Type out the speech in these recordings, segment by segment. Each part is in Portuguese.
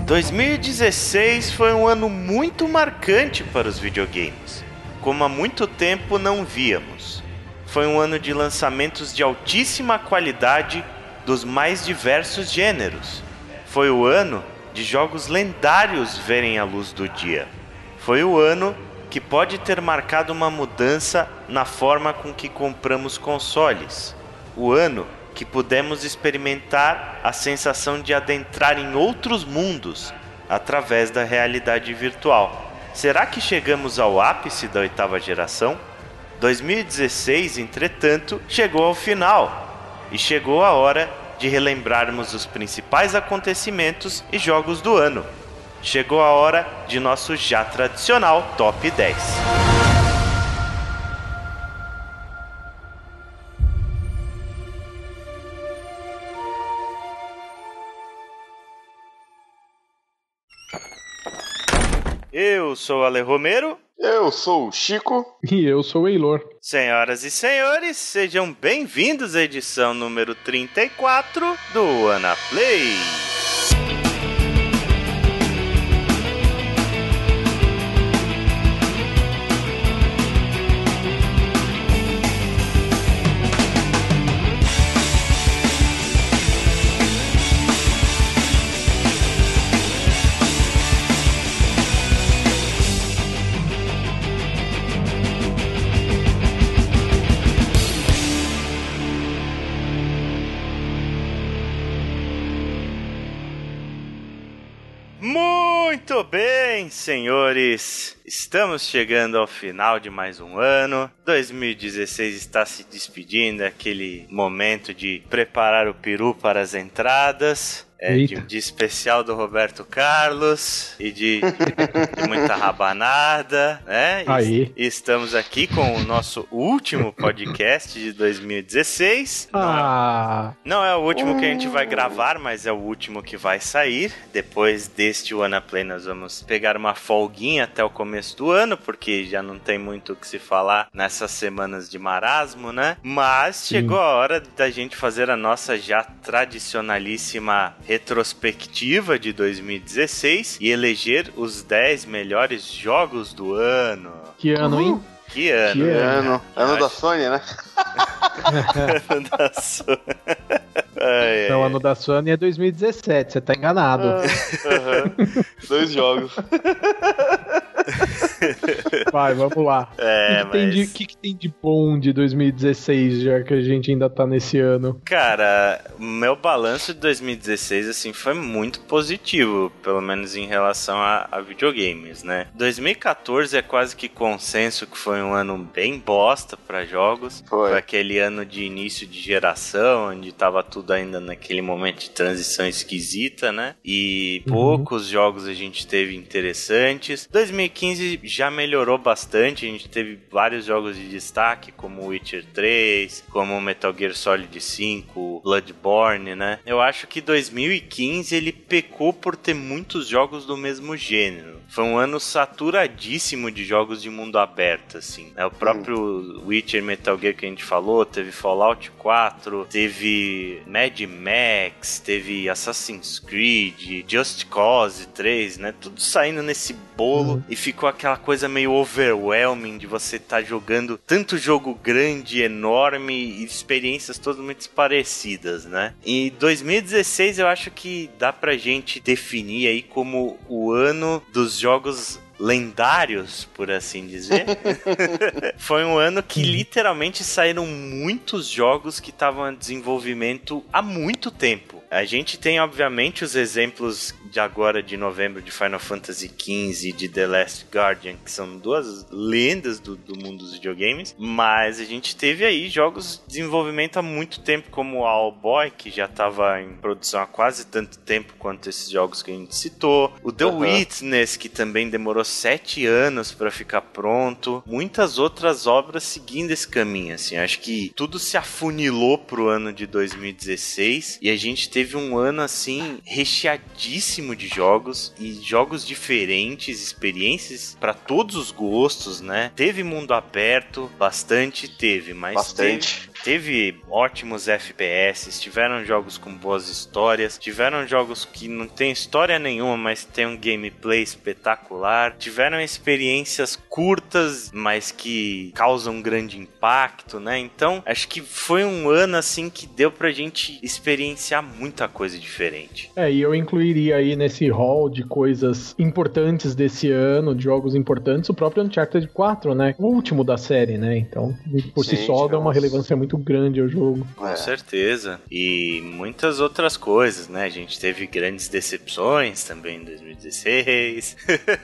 2016 foi um ano muito marcante para os videogames, como há muito tempo não víamos. Foi um ano de lançamentos de altíssima qualidade dos mais diversos gêneros. Foi o ano de jogos lendários verem a luz do dia. Foi o ano que pode ter marcado uma mudança na forma com que compramos consoles. O ano que pudemos experimentar a sensação de adentrar em outros mundos através da realidade virtual. Será que chegamos ao ápice da 8ª geração? 2016, entretanto, chegou ao final e chegou a hora de relembrarmos os principais acontecimentos e jogos do ano. Chegou a hora de nosso já tradicional Top 10. Eu sou o Ale Romero. Eu sou o Chico. E eu sou o Eilor. Senhoras e senhores, sejam bem-vindos à edição número 34 do Wanna Play. Muito bem, senhores, estamos chegando ao final de mais um ano. 2016 está se despedindo, aquele momento de preparar o peru para as entradas. De especial do Roberto Carlos e de muita rabanada, né? Aí. E estamos aqui com o nosso último podcast de 2016. Não é o último que a gente vai gravar, mas é o último que vai sair. Depois deste Wanna Play nós vamos pegar uma folguinha até o começo do ano, porque já não tem muito o que se falar nessas semanas de marasmo, né? Mas chegou a hora da gente fazer a nossa já tradicionalíssima retrospectiva de 2016 e eleger os 10 melhores jogos do ano. Que ano, hein? Que ano. Ano da Sony, né? Ano da Sony. Não, ano da Sony é 2017, você tá enganado. Dois jogos. Vai, vamos lá. O que tem de bom de 2016, já que a gente ainda tá nesse ano? Cara, o meu balanço de 2016, assim, foi muito positivo, pelo menos em relação a videogames, né? 2014 é quase que consenso que foi um ano bem bosta pra jogos. Foi aquele ano de início de geração, onde tava tudo ainda naquele momento de transição esquisita, né? E poucos jogos a gente teve interessantes. 2015 já melhorou bastante, a gente teve vários jogos de destaque, como Witcher 3, como Metal Gear Solid 5, Bloodborne, né? Eu acho que 2015 ele pecou por ter muitos jogos do mesmo gênero. Foi um ano saturadíssimo de jogos de mundo aberto, assim. O próprio Witcher, Metal Gear que a gente falou, teve Fallout 4, teve Mad Max, teve Assassin's Creed, Just Cause 3, né? Tudo saindo nesse bolo e ficou aquela coisa meio overwhelming de você estar jogando tanto jogo grande, enorme e experiências totalmente parecidas, né? E 2016 eu acho que dá pra gente definir aí como o ano dos jogos lendários, por assim dizer. Foi um ano que literalmente saíram muitos jogos que estavam em desenvolvimento há muito tempo. A gente tem, obviamente, os exemplos de agora de novembro de Final Fantasy XV e de The Last Guardian, que são duas lendas do mundo dos videogames, mas a gente teve aí jogos de desenvolvimento há muito tempo, como o Owlboy, que já estava em produção há quase tanto tempo quanto esses jogos que a gente citou, o The Witness, que também demorou 7 anos para ficar pronto, muitas outras obras seguindo esse caminho, assim. Acho que tudo se afunilou pro ano de 2016 e a gente teve um ano, assim, recheadíssimo riquíssimo de jogos e jogos diferentes, experiências para todos os gostos, né? Teve mundo aberto, bastante teve, mas teve ótimos FPS, tiveram jogos com boas histórias, tiveram jogos que não tem história nenhuma, mas tem um gameplay espetacular, tiveram experiências curtas, mas que causam um grande impacto, né? Então, acho que foi um ano assim que deu pra gente experienciar muita coisa diferente. E eu incluiria aí nesse hall de coisas importantes desse ano, de jogos importantes, o próprio Uncharted 4, né? O último da série, né? Então, por si só, dá uma relevância muito grande ao jogo. Com certeza. E muitas outras coisas, né? A gente teve grandes decepções também em 2016.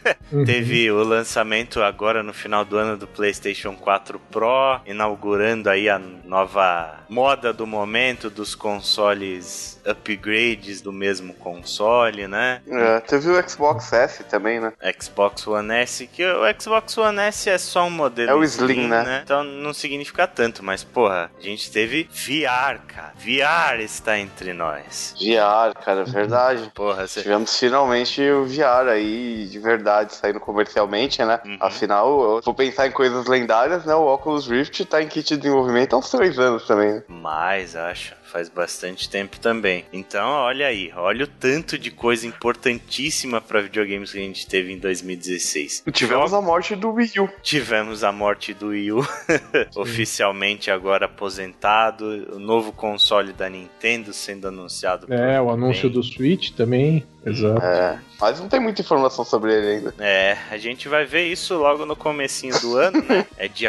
Teve o lançamento agora no final do ano do PlayStation 4 Pro, inaugurando aí a nova moda do momento dos consoles upgrades do mesmo console, né? Teve o Xbox S também, né? Xbox One S, que o Xbox One S é só um modelo. É o Slim, né? Então não significa tanto, mas porra, a gente teve VR, cara. VR está entre nós. VR, cara, verdade. Porra, tivemos finalmente o VR aí, de verdade, saindo comercialmente, né? Afinal, eu vou pensar em coisas lendárias, né? O Oculus Rift tá em kit de desenvolvimento há uns 3 anos também, né? Mais, acho. Faz bastante tempo também. Então, olha aí. Olha o tanto de coisa importantíssima para videogames que a gente teve em 2016. Tivemos a morte do Wii U. Tivemos a morte do Wii U. Oficialmente agora aposentado. O novo console da Nintendo sendo anunciado. O anúncio do Switch também. Exato. Mas não tem muita informação sobre ele ainda. A gente vai ver isso logo no comecinho do ano, né? É dia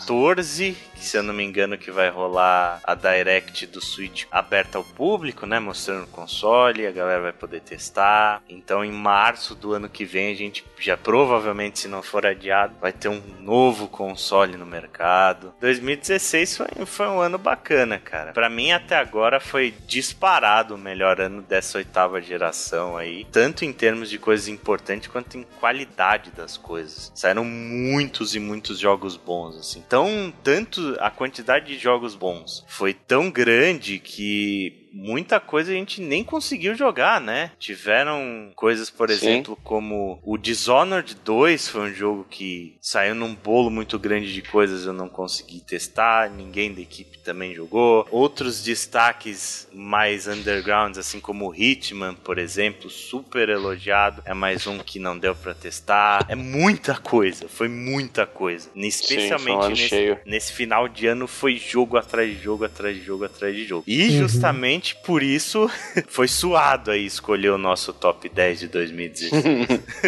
14, que se eu não me engano que vai rolar a Direct do Switch aberta ao público, né? Mostrando o console, a galera vai poder testar. Então em março do ano que vem a gente já provavelmente, se não for adiado, vai ter um novo console no mercado. 2016 foi um ano bacana, cara. Pra mim até agora foi disparado o melhor ano dessa 8ª geração aí, tanto em termos de coisas importantes quanto em qualidade das coisas. Saíram muitos e muitos jogos bons, assim. Então, tanto a quantidade de jogos bons foi tão grande que muita coisa a gente nem conseguiu jogar, né? Tiveram coisas, por exemplo, como o Dishonored 2 foi um jogo que saiu num bolo muito grande de coisas, eu não consegui testar, ninguém da equipe também jogou. Outros destaques mais undergrounds, assim como o Hitman, por exemplo, super elogiado, é mais um que não deu pra testar. É muita coisa, foi muita coisa. Especialmente nesse final de ano foi jogo atrás de jogo, atrás de jogo, atrás de jogo. E justamente por isso foi suado aí escolher o nosso top 10 de 2016.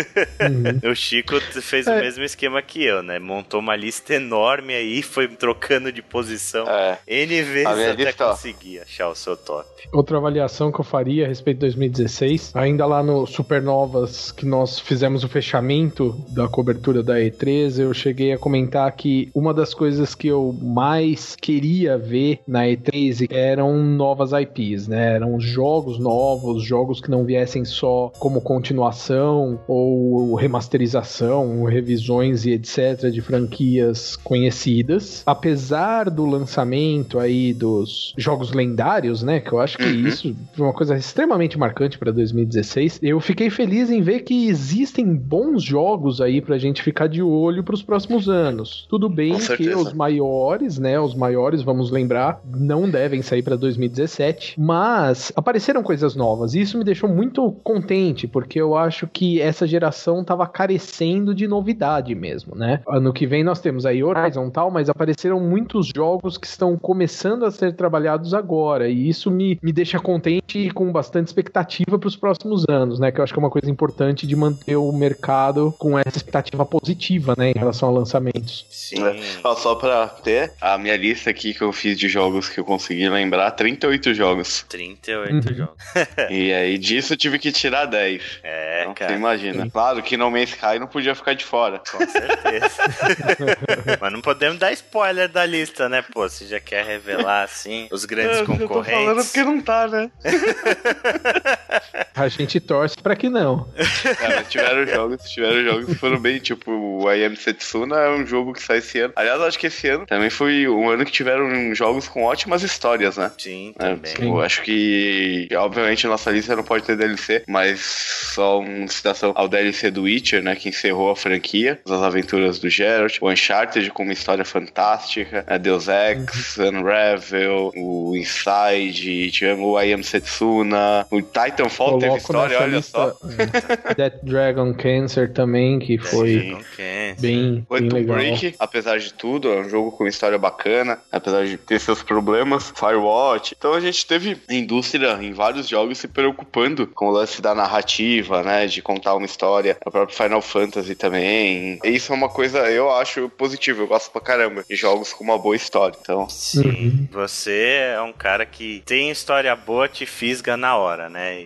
O Chico fez o mesmo esquema que eu, né? Montou uma lista enorme aí, foi trocando de posição N vezes até conseguir achar o seu top. Outra avaliação que eu faria a respeito de 2016, ainda lá no Supernovas, que nós fizemos o fechamento da cobertura da E3, eu cheguei a comentar que uma das coisas que eu mais queria ver na E3 eram novas IPs, né? Eram jogos novos, jogos que não viessem só como continuação ou remasterização, ou revisões e etc. de franquias conhecidas. Apesar do lançamento aí dos jogos lendários, né? Que eu acho que isso foi uma coisa extremamente marcante para 2016. Eu fiquei feliz em ver que existem bons jogos aí pra gente ficar de olho pros próximos anos. Tudo bem que os maiores, né? Os maiores, vamos lembrar, não devem sair pra 2017, mas apareceram coisas novas e isso me deixou muito contente, porque eu acho que essa geração tava carecendo de novidade mesmo, né? Ano que vem nós temos aí Horizon e tal, mas apareceram muitos jogos que estão começando a ser trabalhados agora, e isso me deixa contente e com bastante expectativa para os próximos anos, né? Que eu acho que é uma coisa importante de manter o mercado com essa expectativa positiva, né? Em relação a lançamentos. Sim. Só pra ter a minha lista aqui que eu fiz de jogos que eu consegui lembrar, 38 jogos. 38 jogos. E aí disso eu tive que tirar 10. Então, cara. Você imagina. Claro que No Man's Sky não podia ficar de fora. Com certeza. Mas não podemos dar spoiler da lista, né? Pô, você já quer revelar, assim, os grandes concorrentes. Eu tô falando porque não tá, né? A gente torce pra que não. Cara, tiveram jogos que foram bem, tipo, o I Am Setsuna é um jogo que sai esse ano. Aliás, eu acho que esse ano também foi um ano que tiveram jogos com ótimas histórias, né? Sim, também. Eu acho que, obviamente, nossa lista não pode ter DLC, mas só uma citação ao DLC do Witcher, né, que encerrou a franquia, as aventuras do Geralt, o Uncharted com uma história fantástica, a Deus Ex, Unravel, o Inside, tivemos o I Am Setsuna, o Titanfall teve história, olha lista, só. Death Dragon Cancer também, que foi bem legal. Break, apesar de tudo, é um jogo com história bacana, apesar de ter seus problemas, Firewatch. Então a gente teve a indústria em vários jogos se preocupando com o lance da narrativa, né, de contar uma história, o próprio Final Fantasy também. E isso é uma coisa, eu acho positivo, eu gosto pra caramba de jogos com uma boa história, então... Sim, você é um cara que tem história boa, te fisga na hora, né?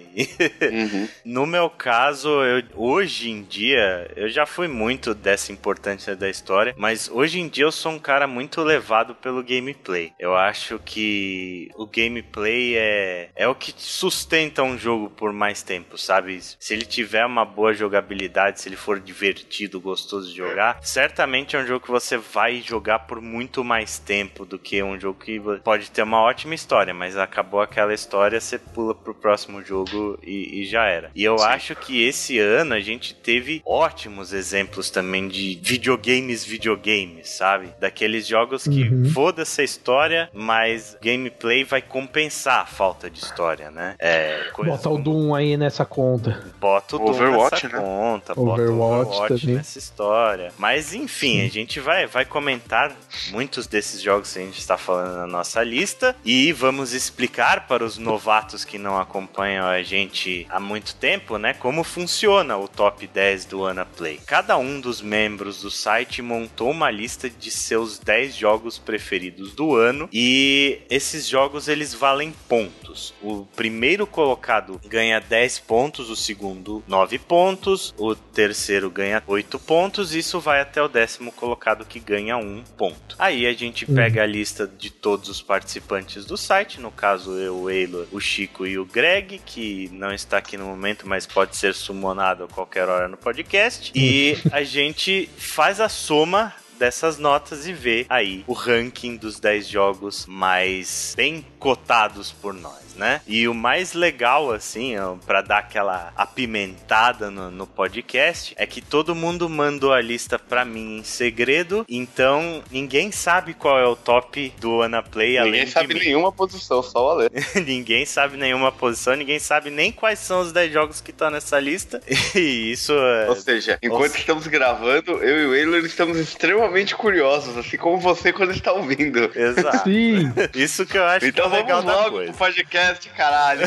No meu caso, hoje em dia, eu já fui muito dessa importância da história, mas hoje em dia eu sou um cara muito levado pelo gameplay. Eu acho que o gameplay é o que sustenta um jogo por mais tempo, sabe? Se ele tiver uma boa jogabilidade, se ele for divertido, gostoso de jogar, certamente é um jogo que você vai jogar por muito mais tempo do que um jogo que pode ter uma ótima história, mas acabou aquela história, você pula pro próximo jogo e já era. E eu acho que esse ano a gente teve ótimos exemplos também de videogames, sabe? Daqueles jogos que foda-se a história, mas gameplay vai compensar a falta de história, né? Bota o Doom aí nessa conta. Bota o Doom Overwatch, nessa conta. Overwatch bota o Overwatch também. nessa história. Mas enfim, a gente vai comentar muitos desses jogos que a gente está falando na nossa lista e vamos explicar para os novatos que não acompanham a gente há muito tempo, né, como funciona o top 10 do Anaplay. Cada um dos membros do site montou uma lista de seus 10 jogos preferidos do ano e esses jogos eles valem pontos. O primeiro colocado ganha 10 pontos, o segundo 9 pontos, o terceiro ganha 8 pontos, e isso vai até o 10º colocado que ganha 1 ponto. Aí a gente pega a lista de todos os participantes do site, no caso eu, o Eilor, o Chico e o Greg, que não está aqui no momento, mas pode ser summonado a qualquer hora no podcast, e a gente faz a soma dessas notas e ver aí o ranking dos 10 jogos mais bem cotados por nós, né? E o mais legal, assim, pra dar aquela apimentada no podcast, é que todo mundo mandou a lista pra mim em segredo, então ninguém sabe qual é o top do Anaplay além de mim. Ninguém sabe nenhuma posição, só o Ale. Ninguém sabe nenhuma posição, ninguém sabe nem quais são os 10 jogos que estão nessa lista, e isso é... Ou seja, enquanto estamos gravando, eu e o Eilor estamos extremamente curiosos, assim como você quando está ouvindo. Exato. Sim. Isso que eu acho então que é legal vamos da logo coisa. pro podcast, caralho.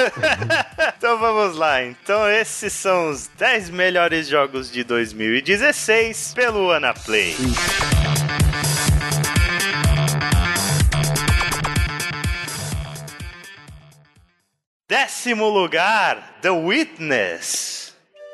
Então vamos lá. Então esses são os 10 melhores jogos de 2016 pelo Anaplay. Décimo lugar, The Witness.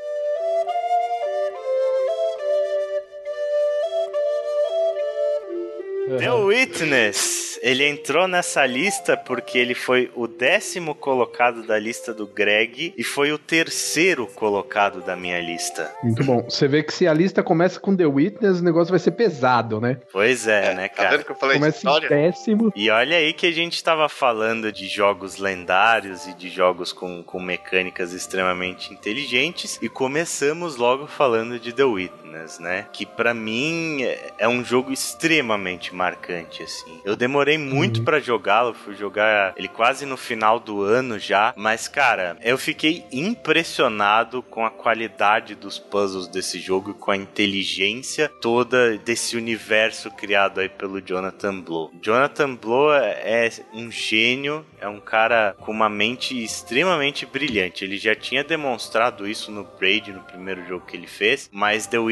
The Witness, ele entrou nessa lista porque ele foi o 10º colocado da lista do Greg e foi o 3º colocado da minha lista. Muito bom. Você vê que se a lista começa com The Witness, o negócio vai ser pesado, né? Pois é, né, cara? Tá vendo que eu falei Começa de história? em 10º. E olha aí que a gente tava falando de jogos lendários e de jogos com mecânicas extremamente inteligentes e começamos logo falando de The Witness, né? Que pra mim é um jogo extremamente marcante, assim. Eu demorei muito pra jogá-lo, fui jogar ele quase no final do ano já, mas, cara, eu fiquei impressionado com a qualidade dos puzzles desse jogo e com a inteligência toda desse universo criado aí pelo Jonathan Blow. Jonathan Blow é um gênio, é um cara com uma mente extremamente brilhante. Ele já tinha demonstrado isso no Braid, no primeiro jogo que ele fez, mas The Witness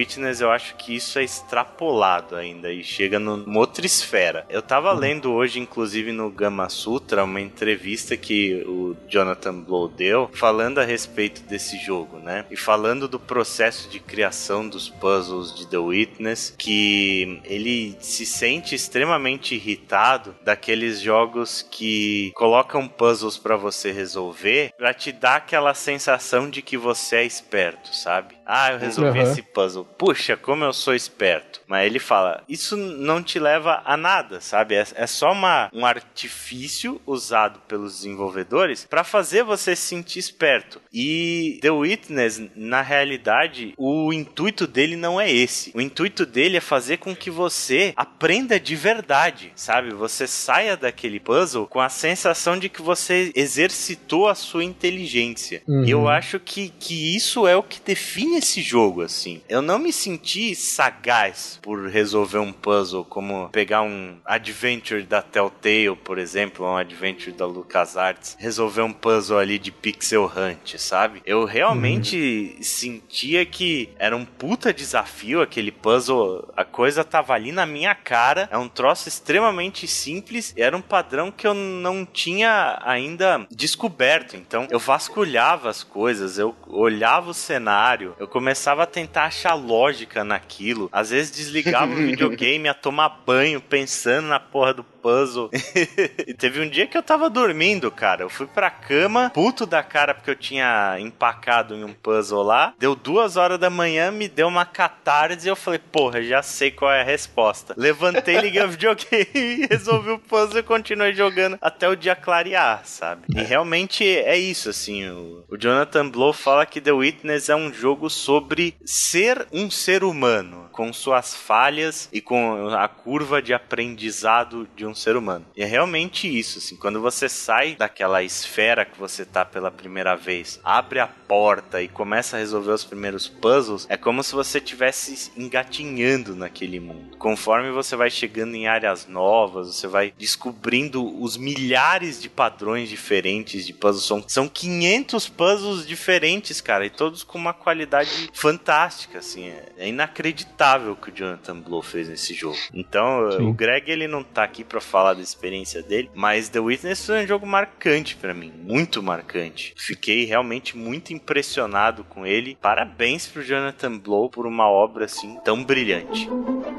Witness eu acho que isso é extrapolado ainda e chega numa outra esfera. Eu tava lendo hoje, inclusive no Gama Sutra, uma entrevista que o Jonathan Blow deu falando a respeito desse jogo, né? E falando do processo de criação dos puzzles de The Witness, que ele se sente extremamente irritado daqueles jogos que colocam puzzles pra você resolver, pra te dar aquela sensação de que você é esperto, sabe? Ah, eu resolvi esse puzzle. Puxa, como eu sou esperto. Mas ele fala, isso não te leva a nada, sabe? É só um artifício usado pelos desenvolvedores pra fazer você se sentir esperto. E The Witness, na realidade, o intuito dele não é esse. O intuito dele é fazer com que você aprenda de verdade, sabe? Você saia daquele puzzle com a sensação de que você exercitou a sua inteligência. E eu acho que isso é o que define esse jogo, assim. Eu não me senti sagaz por resolver um puzzle, como pegar um adventure da Telltale, por exemplo, um adventure da LucasArts, resolver um puzzle ali de pixel hunt, sabe? Eu realmente sentia que era um puta desafio aquele puzzle, a coisa tava ali na minha cara, é um troço extremamente simples, era um padrão que eu não tinha ainda descoberto, então eu vasculhava as coisas, eu olhava o cenário, eu começava a tentar achar lógica naquilo, às vezes desligava o videogame a tomar banho pensando na porra do puzzle. E teve um dia que eu tava dormindo, cara. Eu fui pra cama, puto da cara porque eu tinha empacado em um puzzle lá. Deu 2 horas da manhã, me deu uma catarse e eu falei, porra, já sei qual é a resposta. Levantei, liguei o videogame, resolvi o puzzle e continuei jogando até o dia clarear, sabe? E realmente é isso, assim. O Jonathan Blow fala que The Witness é um jogo sobre ser um ser humano, com suas falhas e com a curva de aprendizado de um ser humano. E é realmente isso, assim, quando você sai daquela esfera que você tá pela primeira vez, abre a porta e começa a resolver os primeiros puzzles, é como se você estivesse engatinhando naquele mundo. Conforme você vai chegando em áreas novas, você vai descobrindo os milhares de padrões diferentes de puzzles. São 500 puzzles diferentes, cara, e todos com uma qualidade fantástica, assim. É inacreditável o que o Jonathan Blow fez nesse jogo. Então, o Greg, ele não tá aqui pra falar da experiência dele, mas The Witness foi um jogo marcante pra mim, muito marcante. Fiquei realmente muito impressionado com ele. Parabéns pro Jonathan Blow por uma obra assim tão brilhante.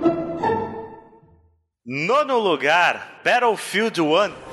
Nono lugar, Battlefield 1.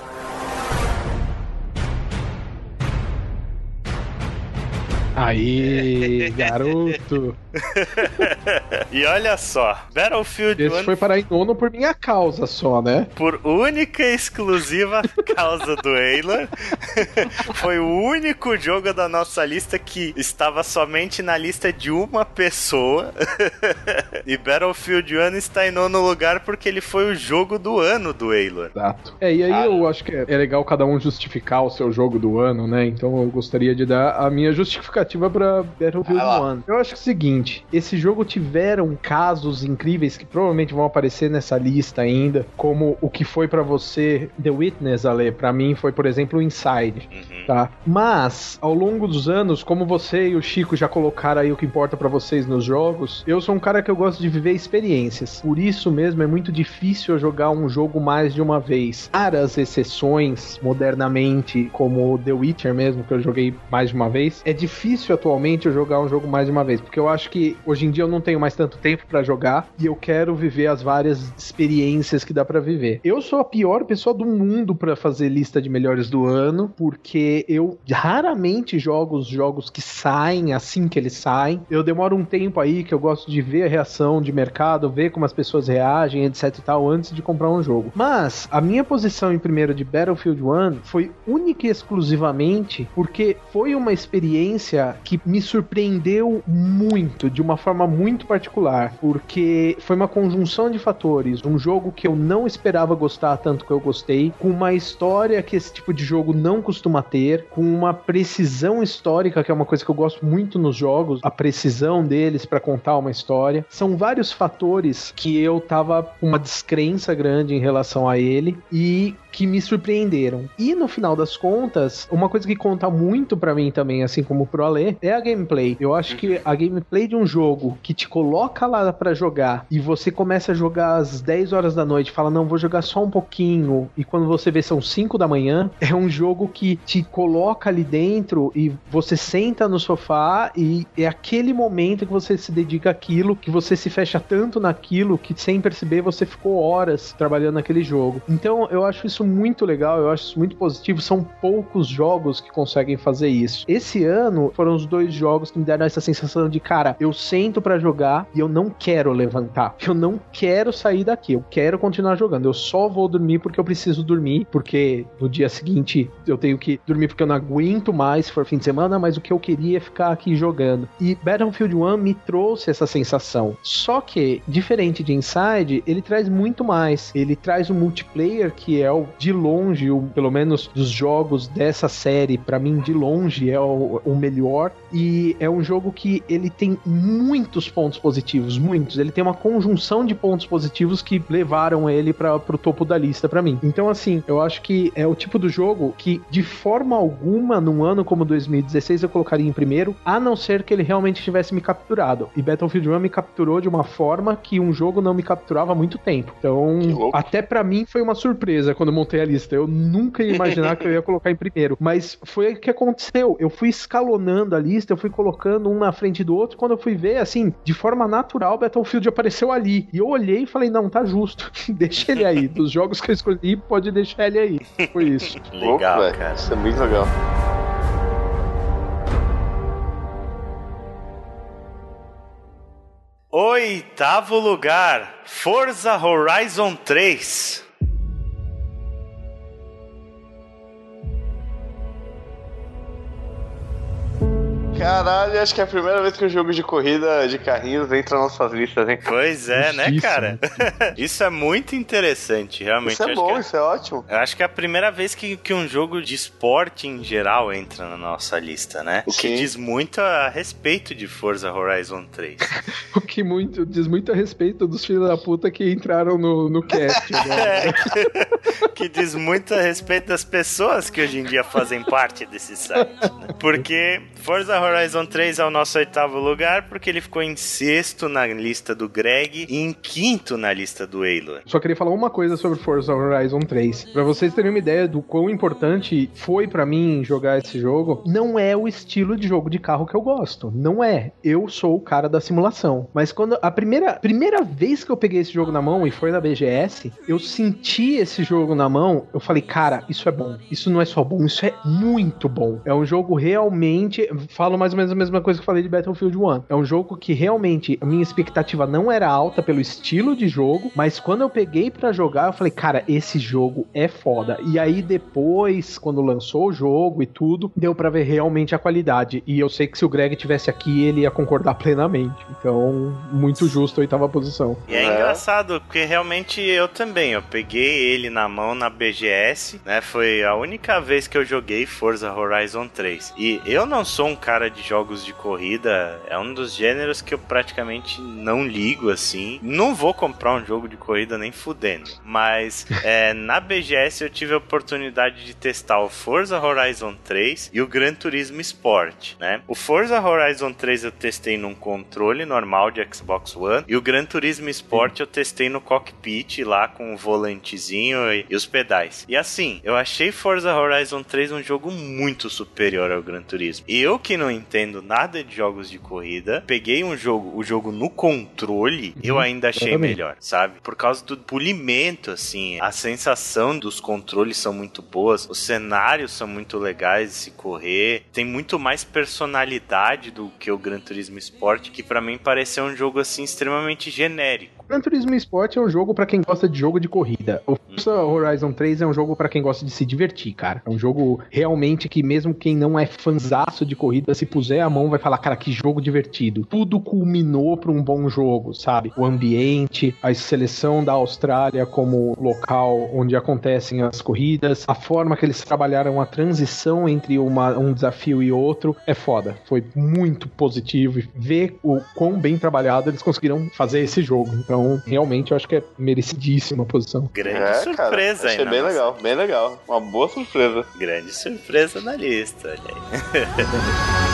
Aí, garoto. E olha só, Battlefield 1... Esse foi parar em nono por minha causa só, né? Por única e exclusiva causa do Eilor. Foi o único jogo da nossa lista que estava somente na lista de uma pessoa. E Battlefield 1 está em nono lugar porque ele foi o jogo do ano do Eilor. Exato. E aí eu acho que é legal cada um justificar o seu jogo do ano, né? Então eu gostaria de dar a minha justificativa pra Battlefield 1. Eu acho que é o seguinte, esse jogo tiveram casos incríveis que provavelmente vão aparecer nessa lista ainda, como o que foi pra você The Witness, Ale, pra mim foi, por exemplo, o Inside, tá? Mas, ao longo dos anos, como você e o Chico já colocaram aí o que importa pra vocês nos jogos, eu sou um cara que eu gosto de viver experiências. Por isso mesmo é muito difícil eu jogar um jogo mais de uma vez. Raras exceções, modernamente, como The Witcher mesmo, que eu joguei mais de uma vez, é difícil atualmente eu jogar um jogo mais de uma vez, porque eu acho que hoje em dia eu não tenho mais tanto tempo pra jogar e eu quero viver as várias experiências que dá pra viver. Eu sou a pior pessoa do mundo pra fazer lista de melhores do ano, porque eu raramente jogo os jogos que saem assim que eles saem. Eu demoro um tempo aí que eu gosto de ver a reação de mercado, ver como as pessoas reagem, etc e tal, antes de comprar um jogo. Mas a minha posição em primeiro de Battlefield 1 foi única e exclusivamente porque foi uma experiência que me surpreendeu muito, de uma forma muito particular, porque foi uma conjunção de fatores, um jogo que eu não esperava gostar tanto que eu gostei, com uma história que esse tipo de jogo não costuma ter, com uma precisão histórica, que é uma coisa que eu gosto muito nos jogos, a precisão deles pra contar uma história. São vários fatores que eu tava com uma descrença grande em relação a ele e que me surpreenderam. E no final das contas, uma coisa que conta muito pra mim também, assim como pro Ale, é a gameplay. Eu acho que a gameplay de um jogo que te coloca lá pra jogar e você começa a jogar às 10 horas da noite, fala, não, vou jogar só um pouquinho, e quando você vê são 5 da manhã, é um jogo que te coloca ali dentro e você senta no sofá e é aquele momento que você se dedica àquilo, que você se fecha tanto naquilo que sem perceber você ficou horas trabalhando naquele jogo. Então eu acho isso muito legal, eu acho isso muito positivo, são poucos jogos que conseguem fazer isso. Esse ano foram os 2 jogos que me deram essa sensação de, cara, eu sento pra jogar e eu não quero levantar, eu não quero sair daqui, eu quero continuar jogando, eu só vou dormir porque eu preciso dormir, porque no dia seguinte eu tenho que dormir porque eu não aguento mais se for fim de semana, mas o que eu queria é ficar aqui jogando. E Battlefield 1 me trouxe essa sensação. Só que, diferente de Inside, ele traz muito mais. Ele traz um multiplayer que é de longe, pelo menos dos jogos dessa série, pra mim de longe é o melhor. E é um jogo que ele tem muitos pontos positivos, muitos. Ele tem uma conjunção de pontos positivos que levaram ele pro topo da lista pra mim. Então, assim, eu acho que é o tipo do jogo que, de forma alguma, num ano como 2016, eu colocaria em primeiro, a não ser que ele realmente tivesse me capturado. E Battlefield 1 me capturou de uma forma que um jogo não me capturava há muito tempo. Então, até pra mim foi uma surpresa quando eu montei a lista. Eu nunca ia imaginar que eu ia colocar em primeiro. Mas foi o que aconteceu. Eu fui escalonando a lista, eu fui colocando um na frente do outro. Quando eu fui ver, assim, de forma natural, Battlefield apareceu ali. E eu olhei e falei, não, tá justo. Deixa ele aí. Dos jogos que eu escolhi, pode deixar ele aí. Foi isso. Legal, cara. Isso é muito legal. Oitavo lugar, Forza Horizon 3. Caralho, acho que é a primeira vez que o jogo de corrida de carrinhos entra nas nossas listas, hein? Pois é, né, cara? Isso é muito interessante, realmente. Isso é bom, isso é ótimo. Eu acho que é a primeira vez que um jogo de esporte em geral entra na nossa lista, né? O que diz muito a respeito de Forza Horizon 3. O que diz muito a respeito dos filhos da puta que entraram no cast. Né? Que diz muito a respeito das pessoas que hoje em dia fazem parte desse site, né? Porque Forza Horizon 3 é o nosso oitavo lugar, porque ele ficou em sexto na lista do Greg e em quinto na lista do Eilor. Só queria falar uma coisa sobre Forza Horizon 3. Pra vocês terem uma ideia do quão importante foi pra mim jogar esse jogo, não é o estilo de jogo de carro que eu gosto. Não é. Eu sou o cara da simulação. Mas quando a primeira vez que eu peguei esse jogo na mão, e foi na BGS, eu senti esse jogo na mão, eu falei, cara, isso é bom. Isso não é só bom, isso é muito bom. É um jogo realmente... Falo mais ou menos a mesma coisa que eu falei de Battlefield 1. É um jogo que realmente a minha expectativa não era alta pelo estilo de jogo, mas quando eu peguei pra jogar, eu falei, cara, esse jogo é foda. E aí depois, quando lançou o jogo e tudo, deu pra ver realmente a qualidade. E eu sei que se o Greg tivesse aqui, ele ia concordar plenamente. Então, muito justo a oitava posição. E é engraçado, porque realmente eu também, eu peguei ele na mão na BGS, né? Foi a única vez que eu joguei Forza Horizon 3. E eu não sou um cara de jogos de corrida, é um dos gêneros que eu praticamente não ligo, assim. Não vou comprar um jogo de corrida nem fudendo. Mas na BGS eu tive a oportunidade de testar o Forza Horizon 3 e o Gran Turismo Sport, né? O Forza Horizon 3 eu testei num controle normal de Xbox One e o Gran Turismo Sport eu testei no cockpit lá com o volantezinho e os pedais. E assim, eu achei Forza Horizon 3 um jogo muito superior ao Gran Turismo. E eu que não entendo nada de jogos de corrida, peguei o jogo no controle, eu ainda achei melhor, sabe? Por causa do polimento, assim, a sensação dos controles são muito boas, os cenários são muito legais de se correr, tem muito mais personalidade do que o Gran Turismo Sport, que pra mim pareceu um jogo, assim, extremamente genérico. Gran Turismo Sport é um jogo pra quem gosta de jogo de corrida. O Forza Horizon 3 é um jogo pra quem gosta de se divertir, cara. É um jogo realmente que mesmo quem não é fanzaço de corrida, se puser a mão vai falar, cara, que jogo divertido. Tudo culminou pra um bom jogo, sabe? O ambiente, a seleção da Austrália como local onde acontecem as corridas, a forma que eles trabalharam a transição entre um desafio e outro, é foda. Foi muito positivo. Ver o quão bem trabalhado eles conseguiram fazer esse jogo. Então, Então, realmente, eu acho que é merecidíssima a posição. Grande surpresa, hein? Achei bem legal, bem legal. Uma boa surpresa. Grande surpresa na lista, olha aí.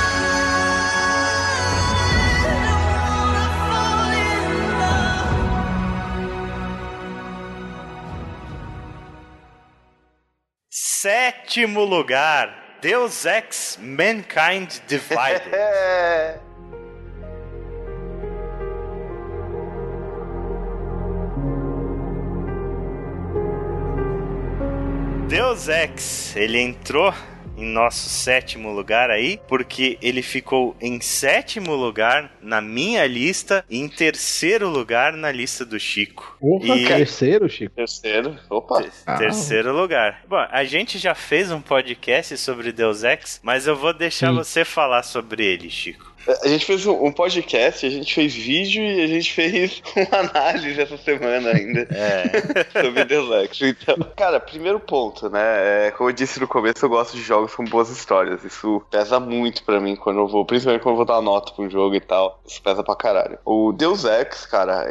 Sétimo lugar, Deus Ex Mankind Divided. Deus Ex, ele entrou em nosso sétimo lugar aí, porque ele ficou em sétimo lugar na minha lista e em terceiro lugar na lista do Chico. Terceiro, Chico? Terceiro, opa. Terceiro lugar. Bom, a gente já fez um podcast sobre Deus Ex, mas eu vou deixar você falar sobre ele, Chico. A gente fez um podcast, a gente fez vídeo e a gente fez uma análise essa semana ainda sobre Deus Ex. Então, cara, primeiro ponto, né? Como eu disse no começo, eu gosto de jogos com boas histórias. Isso pesa muito pra mim quando eu vou, principalmente quando eu vou dar nota pra um jogo e tal. Isso pesa pra caralho. O Deus Ex, cara,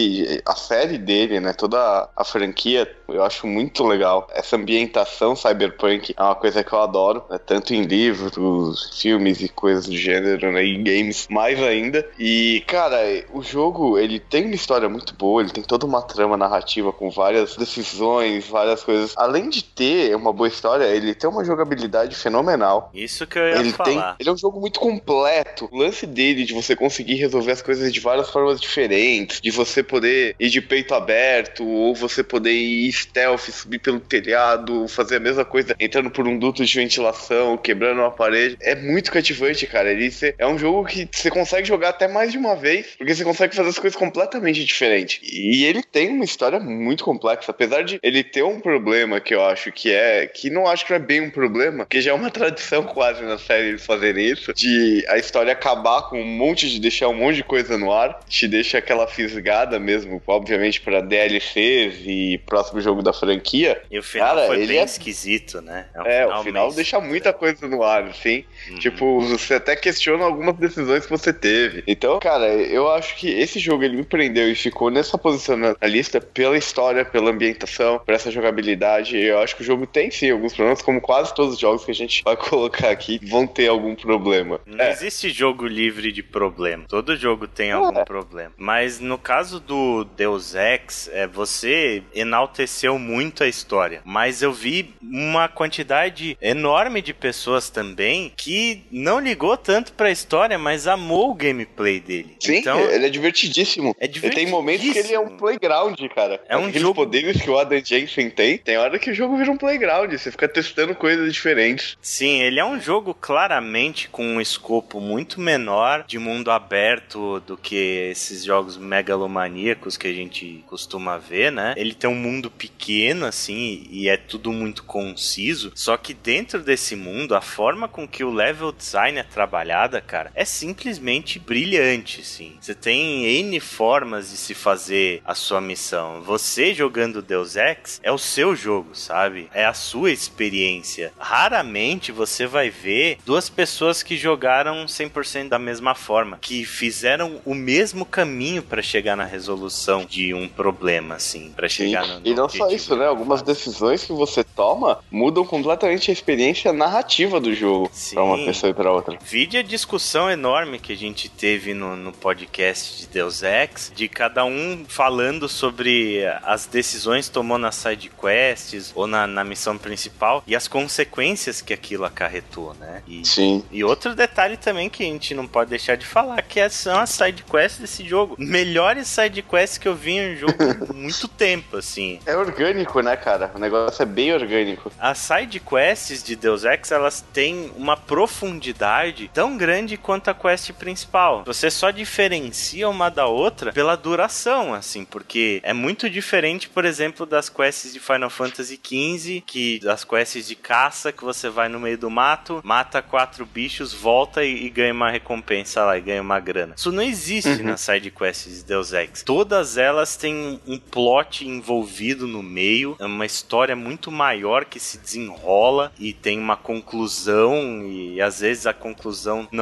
a série dele, né? Toda a franquia, eu acho muito legal. Essa ambientação cyberpunk é uma coisa que eu adoro, né? Tanto em livros, filmes e coisas do gênero, né? E games mais ainda. E, cara, o jogo, ele tem uma história muito boa, ele tem toda uma trama narrativa com várias decisões, várias coisas. Além de ter uma boa história, ele tem uma jogabilidade fenomenal. Isso que eu ia falar. Ele é um jogo muito completo. O lance dele de você conseguir resolver as coisas de várias formas diferentes, de você poder ir de peito aberto, ou você poder ir stealth, subir pelo telhado, fazer a mesma coisa, entrando por um duto de ventilação, quebrando uma parede. É muito cativante, cara. É um jogo que você consegue jogar até mais de uma vez, porque você consegue fazer as coisas completamente diferentes. E ele tem uma história muito complexa, apesar de ele ter um problema que eu acho que não acho que é bem um problema, que já é uma tradição quase na série eles fazerem isso, de a história acabar com deixar um monte de coisa no ar, te deixa aquela fisgada mesmo, obviamente pra DLCs e próximo jogo da franquia. E o final foi bem esquisito, né? O final deixa muita coisa no ar, assim. Tipo, você até questiona algumas decisões que você teve. Então, cara, eu acho que esse jogo ele me prendeu e ficou nessa posição na lista pela história, pela ambientação, por essa jogabilidade. Eu acho que o jogo tem sim alguns problemas, como quase todos os jogos que a gente vai colocar aqui vão ter algum problema. Não existe jogo livre de problema. Todo jogo tem algum problema. Mas no caso do Deus Ex, você enalteceu muito a história. Mas eu vi uma quantidade enorme de pessoas também que não ligou tanto pra história, mas amou o gameplay dele. Sim, então, ele é divertidíssimo. Ele tem momentos que ele é um playground, cara. É um Aqueles jogo... poderes que o Adam Jensen tem hora que o jogo vira um playground. Você fica testando coisas diferentes. Sim, ele é um jogo claramente com um escopo muito menor de mundo aberto do que esses jogos megalomaníacos que a gente costuma ver, né? Ele tem um mundo pequeno, assim, e é tudo muito conciso. Só que dentro desse mundo, a forma com que o level design é trabalhada, cara, é simplesmente brilhante, sim. Você tem N formas de se fazer a sua missão. Você jogando Deus Ex é o seu jogo, sabe? É a sua experiência. Raramente você vai ver duas pessoas que jogaram 100% da mesma forma, que fizeram o mesmo caminho pra chegar na resolução de um problema, assim, pra chegar no e não só isso, né? Algumas decisões que você toma mudam completamente a experiência narrativa do jogo. Sim. Pra uma pessoa e pra outra. Vide a discussão enorme que a gente teve no podcast de Deus Ex, de cada um falando sobre as decisões que tomou nas side quests ou na missão principal e as consequências que aquilo acarretou, né? Sim. E outro detalhe também que a gente não pode deixar de falar, que são as side quests desse jogo. Melhores side quests que eu vi em um jogo há muito tempo, assim. É orgânico, né, cara? O negócio é bem orgânico. As side quests de Deus Ex, elas têm uma profundidade tão grande quanto a quest principal. Você só diferencia uma da outra pela duração, assim, porque é muito diferente, por exemplo, das quests de Final Fantasy XV, que das quests de caça, que você vai no meio do mato, mata 4 bichos, volta e ganha uma recompensa lá, e ganha uma grana. Isso não existe nas side quests de Deus Ex. Todas elas têm um plot envolvido no meio, é uma história muito maior que se desenrola e tem uma conclusão, e às vezes a conclusão não é nada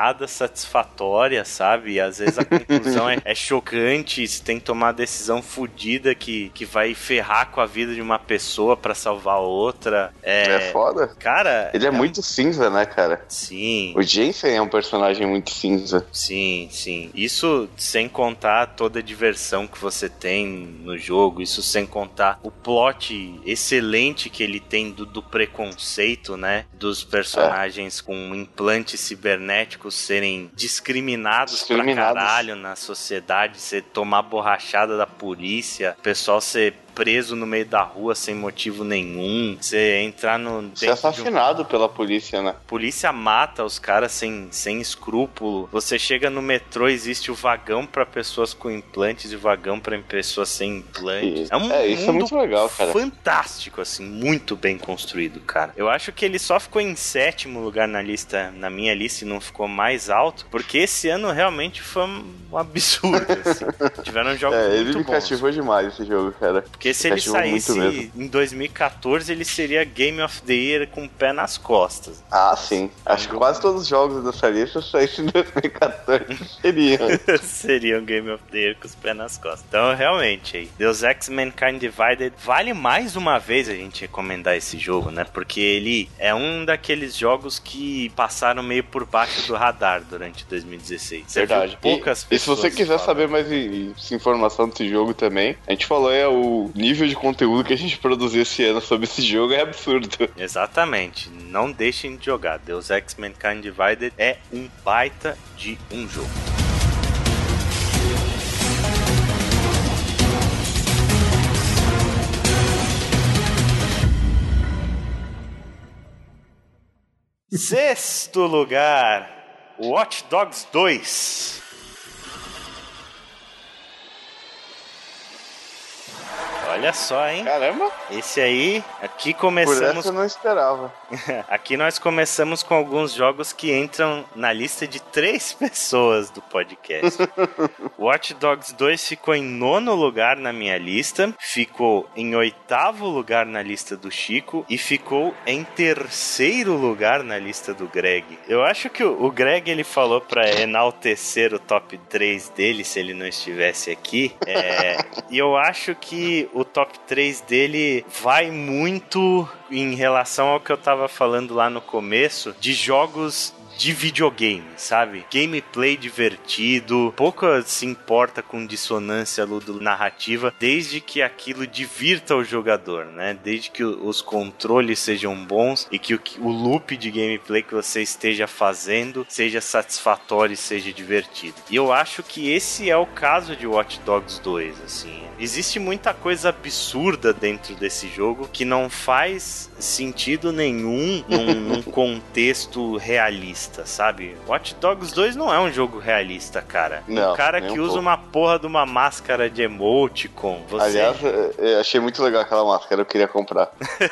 nada satisfatória, sabe? E às vezes a conclusão é chocante, você tem que tomar uma decisão fodida que vai ferrar com a vida de uma pessoa pra salvar outra. É foda. Cara... Ele é muito cinza, né, cara? Sim. O Jensen é um personagem muito cinza. Sim, sim. Isso sem contar toda a diversão que você tem no jogo, isso sem contar o plot excelente que ele tem do preconceito, né? Dos personagens com implantes cibernéticos serem discriminados pra caralho na sociedade, você tomar borrachada da polícia, o pessoal ser preso no meio da rua sem motivo nenhum, você entrar no... Ser assassinado pela polícia, né? Polícia mata os caras sem escrúpulo. Você chega no metrô, existe o vagão pra pessoas com implantes e o vagão pra pessoas sem implantes. Isso é muito legal, cara. Fantástico, assim, muito bem construído, cara. Eu acho que ele só ficou em 7º lugar na minha lista, e não ficou mais alto, porque esse ano realmente foi um absurdo, assim. Tiveram jogos muito bons. Ele me cativou demais esse jogo, cara. Porque se ele saísse em 2014, ele seria Game of the Year com o pé nas costas. Ah, sim. Acho que quase todos os jogos dessa lista saíssem em 2014 seriam Game of the Year com os pés nas costas. Então, realmente, aí, Deus Ex Mankind Divided vale mais uma vez a gente recomendar esse jogo, né? Porque ele é um daqueles jogos que passaram meio por baixo do radar durante 2016. Você Verdade. Poucas e se você quiser saber mais informação desse jogo também, a gente falou o nível de conteúdo que a gente produziu esse ano sobre esse jogo é absurdo. Exatamente. Não deixem de jogar. Deus Ex Mankind Divided é um baita de um jogo. Sexto lugar, Watch Dogs 2. Olha só, hein? Caramba! Esse aí, aqui começamos... Por essa eu não esperava. Aqui nós começamos com alguns jogos que entram na lista de 3 pessoas do podcast. Watch Dogs 2 ficou em 9º lugar na minha lista, ficou em 8º lugar na lista do Chico e ficou em 3º lugar na lista do Greg. Eu acho que o Greg, ele falou pra enaltecer o top 3 dele, se ele não estivesse aqui, e eu acho que o top 3 dele vai muito em relação ao que eu tava falando lá no começo, de jogos de videogame, sabe? Gameplay divertido, pouco se importa com dissonância narrativa, desde que aquilo divirta o jogador, né? Desde que os controles sejam bons e que o loop de gameplay que você esteja fazendo seja satisfatório e seja divertido. E eu acho que esse é o caso de Watch Dogs 2, assim. Existe muita coisa absurda dentro desse jogo que não faz sentido nenhum num contexto realista, sabe? Watch Dogs 2 não é um jogo realista, cara. Não, um cara que usa uma porra de uma máscara de emoticon. Aliás, eu achei muito legal aquela máscara, eu queria comprar.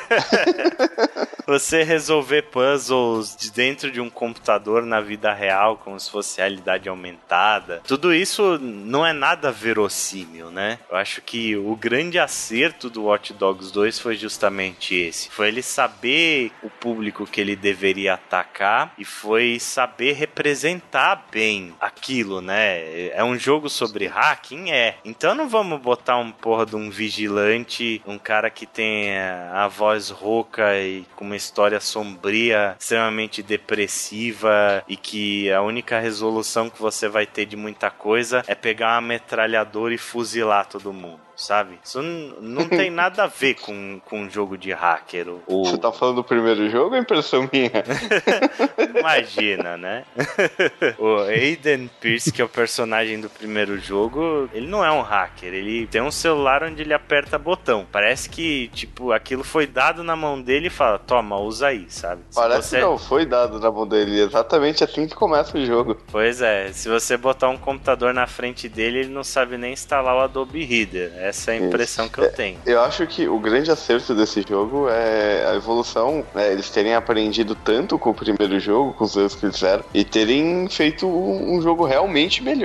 Você resolver puzzles de dentro de um computador na vida real, como se fosse realidade aumentada. Tudo isso não é nada verossímil, né? Eu acho que o grande acerto do Watch Dogs 2 foi justamente esse. Foi ele saber o público que ele deveria atacar e foi saber representar bem aquilo, né? É um jogo sobre hacking? Então não vamos botar um porra de um vigilante, um cara que tem a voz rouca e com uma história sombria, extremamente depressiva e que a única resolução que você vai ter de muita coisa é pegar uma metralhadora e fuzilar todo mundo, sabe? Isso não tem nada a ver com um jogo de hacker. Você tá falando do primeiro jogo ou impressão minha? Imagina, né? O Aiden Pierce, que é o personagem do primeiro jogo, ele não é um hacker, ele tem um celular onde ele aperta botão. Parece que, tipo, aquilo foi dado na mão dele e fala, toma, usa aí, sabe? Parece que não foi dado na mão dele, exatamente assim que começa o jogo. Pois é, se você botar um computador na frente dele, ele não sabe nem instalar o Adobe Reader. Essa é a impressão que eu tenho. Eu acho que o grande acerto desse jogo é a evolução, né? Eles terem aprendido tanto com o primeiro jogo, com os erros que eles fizeram, e terem feito um jogo realmente melhor.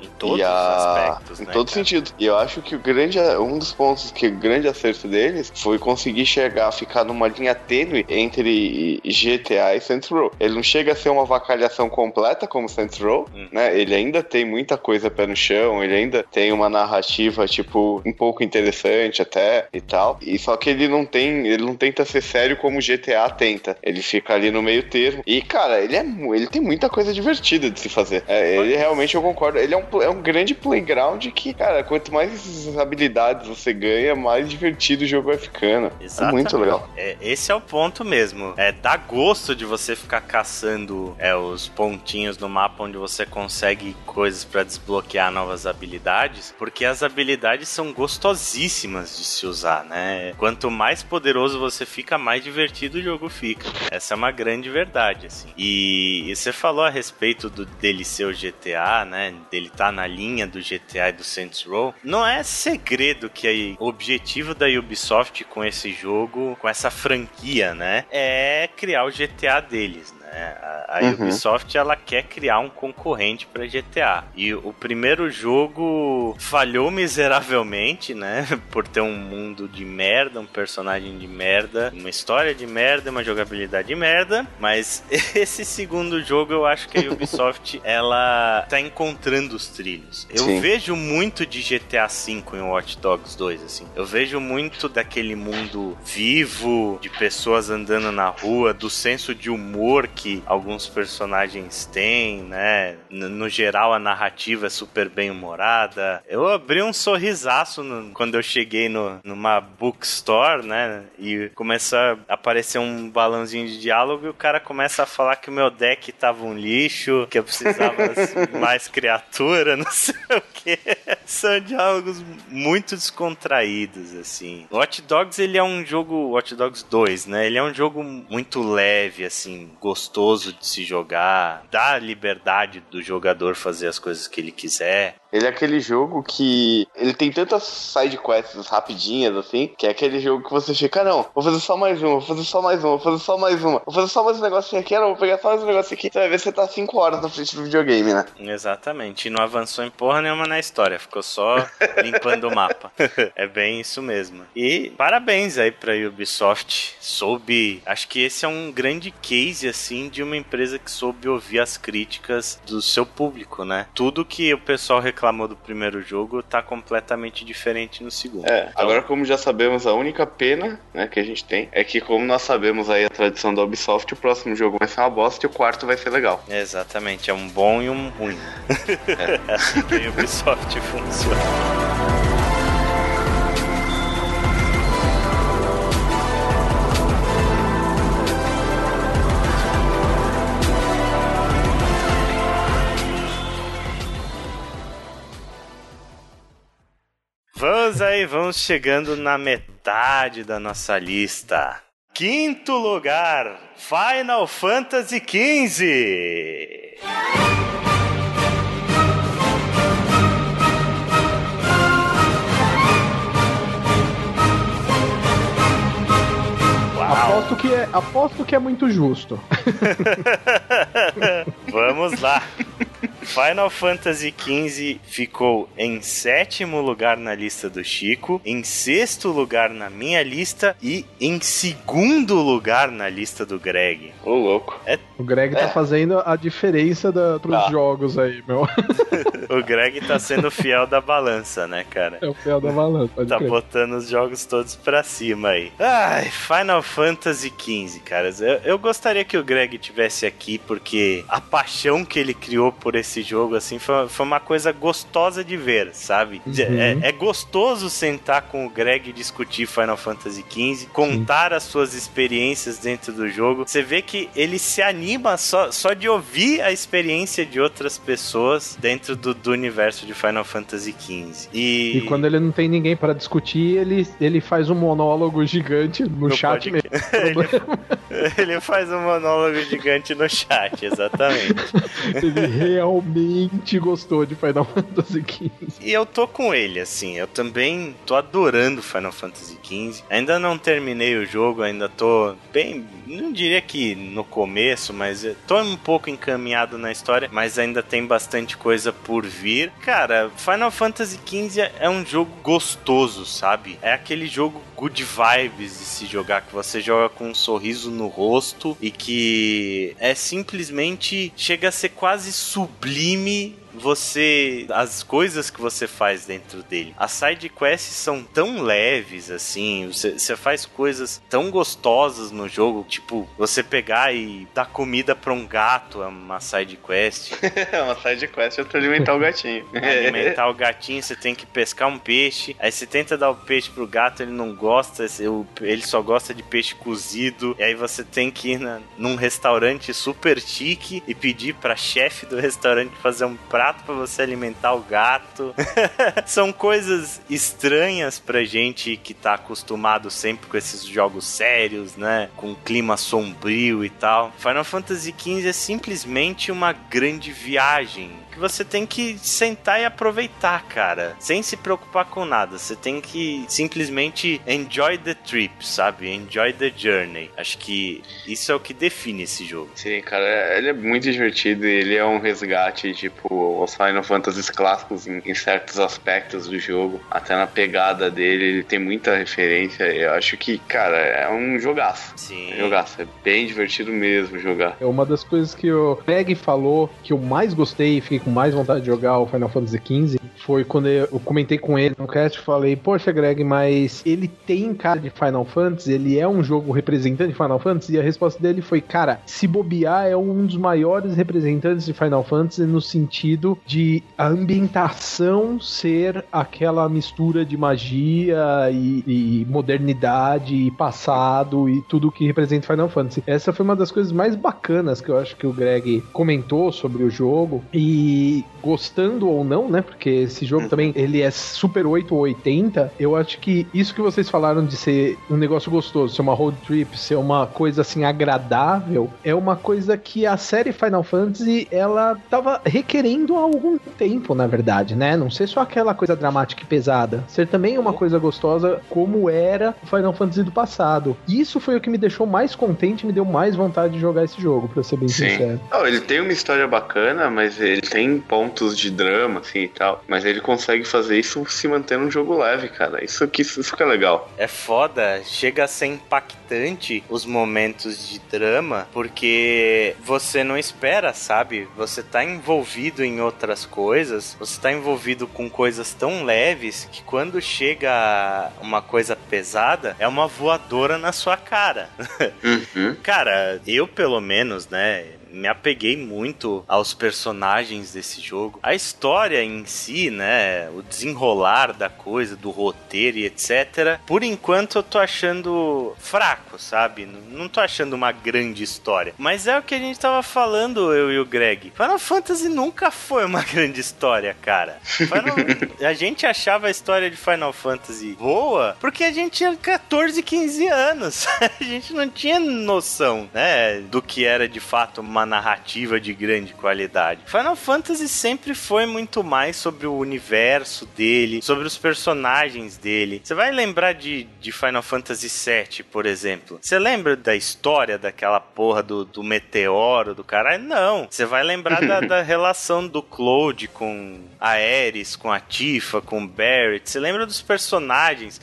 Em todos os aspectos, em né, todo sentido. E eu acho que um dos pontos que o grande acerto deles foi conseguir ficar numa linha tênue entre GTA e Saints Row. Ele não chega a ser uma avacalhação completa como Saints Row, né? Ele ainda tem muita coisa pé no chão, ele ainda tem uma narrativa, tipo, um pouco interessante até e tal. E só que ele não tenta ser sério como o GTA tenta. Ele fica ali no meio termo. E, cara, ele tem muita coisa divertida de se fazer. Ele realmente, eu concordo, ele é um grande playground que, cara, quanto mais habilidades você ganha, mais divertido o jogo vai ficando. Exatamente. É muito legal. Esse é o ponto mesmo. Dá gosto de você ficar caçando os pontinhos no mapa onde você consegue coisas pra desbloquear novas habilidades, porque as habilidades são gostosíssimas de se usar, né? Quanto mais poderoso você fica, mais divertido o jogo fica. Essa é uma grande verdade, assim. E você falou a respeito dele ser o GTA, né? Dele tá na linha do GTA e do Saints Row. Não é segredo que o objetivo da Ubisoft com esse jogo, com essa franquia, né? É criar o GTA deles, né? A Ubisoft, ela quer criar um concorrente para GTA. E o primeiro jogo falhou miseravelmente, né? Por ter um mundo de merda, um personagem de merda, uma história de merda, uma jogabilidade de merda. Mas esse segundo jogo, eu acho que a Ubisoft, ela tá encontrando os trilhos. Eu vejo muito de GTA V em Watch Dogs 2, assim. Eu vejo muito daquele mundo vivo, de pessoas andando na rua, do senso de humor que alguns personagens têm, né? No geral, a narrativa é super bem humorada. Eu abri um sorrisaço quando eu cheguei numa bookstore, né? E começou a aparecer um balãozinho de diálogo e o cara começa a falar que o meu deck tava um lixo, que eu precisava mais criatura, não sei o que. São diálogos muito descontraídos, assim. Watch Dogs, ele é um jogo... Watch Dogs 2, né? Ele é um jogo muito leve, assim, gostoso de se jogar, dá liberdade do jogador fazer as coisas que ele quiser. Ele é aquele jogo que... Ele tem tantas side quests rapidinhas, assim, que é aquele jogo que você fica, não, vou fazer só mais uma, vou fazer só mais uma, vou fazer só mais uma, vou fazer só mais um negocinho aqui, não, vou pegar só mais um negocinho aqui. Você vai ver que você tá 5 horas na frente do videogame, né? Exatamente. E não avançou em porra nenhuma na história. Ficou só limpando o mapa. É bem isso mesmo. E parabéns aí pra Ubisoft. Acho que esse é um grande case, assim, de uma empresa que soube ouvir as críticas do seu público, né? Tudo que o pessoal reclamou do primeiro jogo tá completamente diferente no segundo. Então, agora, como já sabemos, a única pena, né, que a gente tem é que, como nós sabemos aí a tradição da Ubisoft, o próximo jogo vai ser uma bosta e o quarto vai ser legal. Exatamente, é um bom e um ruim. É assim que a Ubisoft funciona. Vamos chegando na metade da nossa lista. Quinto lugar, Final Fantasy XV. Aposto que é muito justo. Vamos lá. Final Fantasy XV ficou em 7º lugar na lista do Chico, em 6º lugar na minha lista e em 2º lugar na lista do Greg. Ô, louco. O Greg tá fazendo a diferença pros jogos aí, meu. O Greg tá sendo fiel da balança, né, cara? É o fiel da balança, pode Tá crer. botando os jogos todos pra cima aí. Ai, Final Fantasy XV, cara. Eu gostaria que o Greg tivesse aqui, porque a paixão que ele criou por esse jogo, assim, foi uma coisa gostosa de ver, sabe? É gostoso sentar com o Greg e discutir Final Fantasy XV, contar as suas experiências dentro do jogo. Você vê que ele se anima só de ouvir a experiência de outras pessoas dentro do universo de Final Fantasy XV. E quando ele não tem ninguém pra discutir, ele faz um monólogo gigante no chat mesmo. Ele faz um monólogo gigante no chat, exatamente. Ele realmente realmente gostou de Final Fantasy XV. E eu tô com ele, assim, eu também tô adorando Final Fantasy XV. Ainda não terminei o jogo, ainda tô bem, não diria que no começo, mas tô um pouco encaminhado na história, mas ainda tem bastante coisa por vir. Cara, Final Fantasy XV é um jogo gostoso, sabe? É aquele jogo good vibes de se jogar, que você joga com um sorriso no rosto e que é simplesmente, chega a ser quase sublime as coisas que você faz dentro dele. As side quests são tão leves, assim, você faz coisas tão gostosas no jogo, tipo, você pegar e dar comida pra um gato, é uma side quest. É uma side quest pra alimentar o gatinho. Alimentar o gatinho, você tem que pescar um peixe, aí você tenta dar o peixe pro gato, ele não gosta, ele só gosta de peixe cozido, e aí você tem que ir num restaurante super chique e pedir pra chefe do restaurante fazer um prato pra você alimentar o gato. São coisas estranhas pra gente que tá acostumado sempre com esses jogos sérios, né? Com clima sombrio e tal. Final Fantasy XV é simplesmente uma grande viagem que você tem que sentar e aproveitar, cara, sem se preocupar com nada. Você tem que simplesmente enjoy the trip, sabe? Enjoy the journey. Acho que isso é o que define esse jogo. Sim, cara, ele é muito divertido e ele é um resgate, tipo, os Final Fantasy clássicos em certos aspectos do jogo. Até na pegada dele, ele tem muita referência. Eu acho que, cara, é um jogaço. Sim. É um jogaço, é bem divertido mesmo jogar. É uma das coisas que o Greg falou que eu mais gostei e fiquei com mais vontade de jogar o Final Fantasy XV foi quando eu comentei com ele no cast e falei, poxa Greg, mas ele tem cara de Final Fantasy, ele é um jogo representante de Final Fantasy, e a resposta dele foi, cara, se bobear é um dos maiores representantes de Final Fantasy no sentido de a ambientação ser aquela mistura de magia e modernidade e passado e tudo que representa Final Fantasy. Essa foi uma das coisas mais bacanas que eu acho que o Greg comentou sobre o jogo, e gostando ou não, né, porque esse jogo também, ele é super 8 ou 80, eu acho que isso que vocês falaram de ser um negócio gostoso, ser uma road trip, ser uma coisa assim agradável, é uma coisa que a série Final Fantasy, ela tava requerendo há algum tempo, na verdade, né, não ser só aquela coisa dramática e pesada, ser também uma coisa gostosa como era o Final Fantasy do passado. Isso foi o que me deixou mais contente, me deu mais vontade de jogar esse jogo, pra ser bem sincero. Não, ele tem uma história bacana, mas ele tem pontos de drama, assim, e tal, mas ele consegue fazer isso se mantendo um jogo leve, cara. Isso que é legal. É foda, chega a ser impactante os momentos de drama, porque você não espera, sabe? Você tá envolvido em outras coisas, você tá envolvido com coisas tão leves que quando chega uma coisa pesada, é uma voadora na sua cara. Uhum. Cara, eu pelo menos, né, me apeguei muito aos personagens desse jogo. A história em si, né, o desenrolar da coisa, do roteiro e etc. Por enquanto eu tô achando fraco, sabe? Não tô achando uma grande história. Mas é o que a gente tava falando, eu e o Greg. Final Fantasy nunca foi uma grande história, cara. A gente achava a história de Final Fantasy boa porque a gente tinha 14, 15 anos. A gente não tinha noção, né, do que era de fato uma narrativa de grande qualidade. Final Fantasy sempre foi muito mais sobre o universo dele, sobre os personagens dele. Você vai lembrar de Final Fantasy VII, por exemplo. Você lembra da história daquela porra do meteoro, do caralho? Não. Você vai lembrar da relação do Cloud com a Aeris, com a Tifa, com o Barret. Você lembra dos personagens.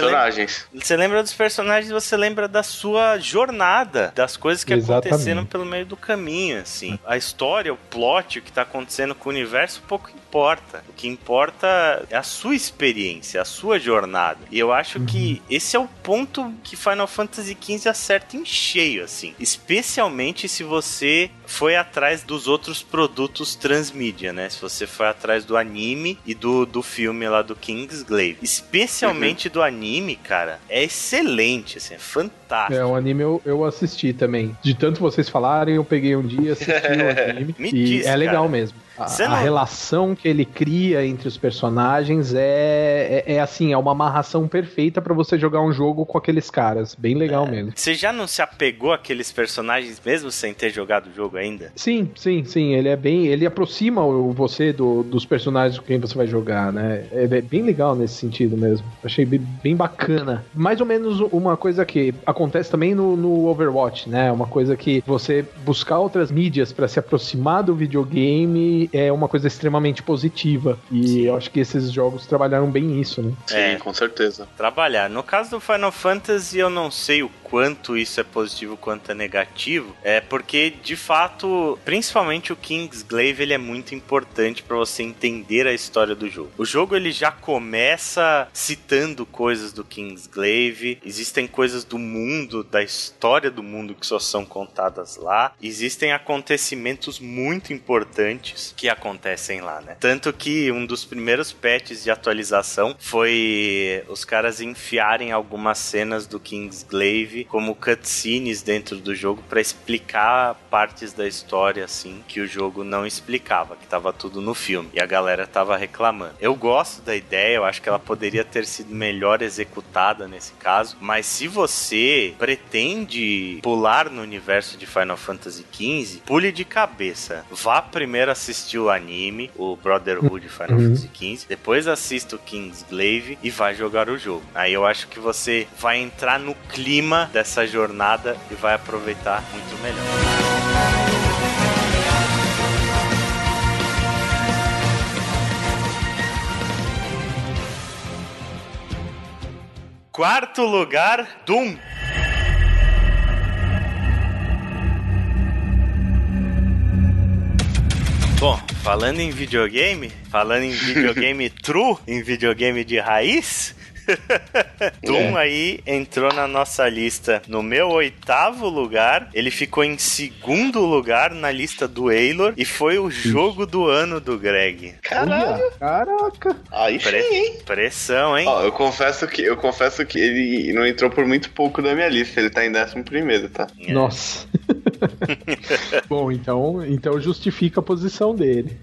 Você lembra dos personagens, você lembra da sua jornada, das coisas que aconteceram pelo meio do caminho, assim. A história, o plot, o que tá acontecendo com o universo, pouco importa. O que importa é a sua experiência, a sua jornada. E eu acho que esse é o ponto que Final Fantasy XV acerta em cheio, assim. Especialmente se você foi atrás dos outros produtos transmídia, né? Se você foi atrás do anime e do filme lá do Kingsglaive. Especialmente do anime, cara, é excelente, assim, é fantástico. É, o anime eu assisti também. De tanto vocês falarem, eu peguei um dia, assisti o anime. E é legal mesmo. A relação que ele cria entre os personagens é assim, é uma amarração perfeita pra você jogar um jogo com aqueles caras. Bem legal mesmo. Você já não se apegou àqueles personagens mesmo sem ter jogado o jogo ainda? Sim. Ele aproxima você dos personagens com quem você vai jogar, né? É bem legal nesse sentido mesmo. Achei bem bacana. Mais ou menos uma coisa que acontece também no Overwatch, né? Uma coisa que você buscar outras mídias pra se aproximar do videogame é uma coisa extremamente positiva. E eu acho que esses jogos trabalharam bem isso, né? Sim, com certeza. Trabalhar. No caso do Final Fantasy, eu não sei o quanto isso é positivo, quanto é negativo. Porque, de fato, principalmente o Kingsglaive, ele é muito importante pra você entender a história do jogo. O jogo, ele já começa citando coisas do Kingsglaive. Existem coisas do mundo, da história do mundo que só são contadas lá. Existem acontecimentos muito importantes que acontecem lá, né? Tanto que um dos primeiros patches de atualização foi os caras enfiarem algumas cenas do Kingsglaive como cutscenes dentro do jogo pra explicar partes da história, assim, que o jogo não explicava, que tava tudo no filme. E a galera tava reclamando. Eu gosto da ideia, eu acho que ela poderia ter sido melhor executada nesse caso, mas se você pretende pular no universo de Final Fantasy XV, pule de cabeça. Vá primeiro assistir o anime, o Brotherhood Final Fantasy XV, depois assista o Kingsglaive e vai jogar o jogo. Aí eu acho que você vai entrar no clima dessa jornada e vai aproveitar muito melhor. Quarto lugar, Doom. Bom, falando em videogame true, em videogame de raiz, Doom aí entrou na nossa lista no meu 8º lugar. Ele ficou em 2º lugar na lista do Eilor e foi o jogo do ano do Greg. Caralho! Caraca! Aí sim, hein? Pressão, hein? Ó, eu confesso que ele não entrou por muito pouco da minha lista. Ele tá em 11º, tá? Nossa! Bom, então justifica a posição dele.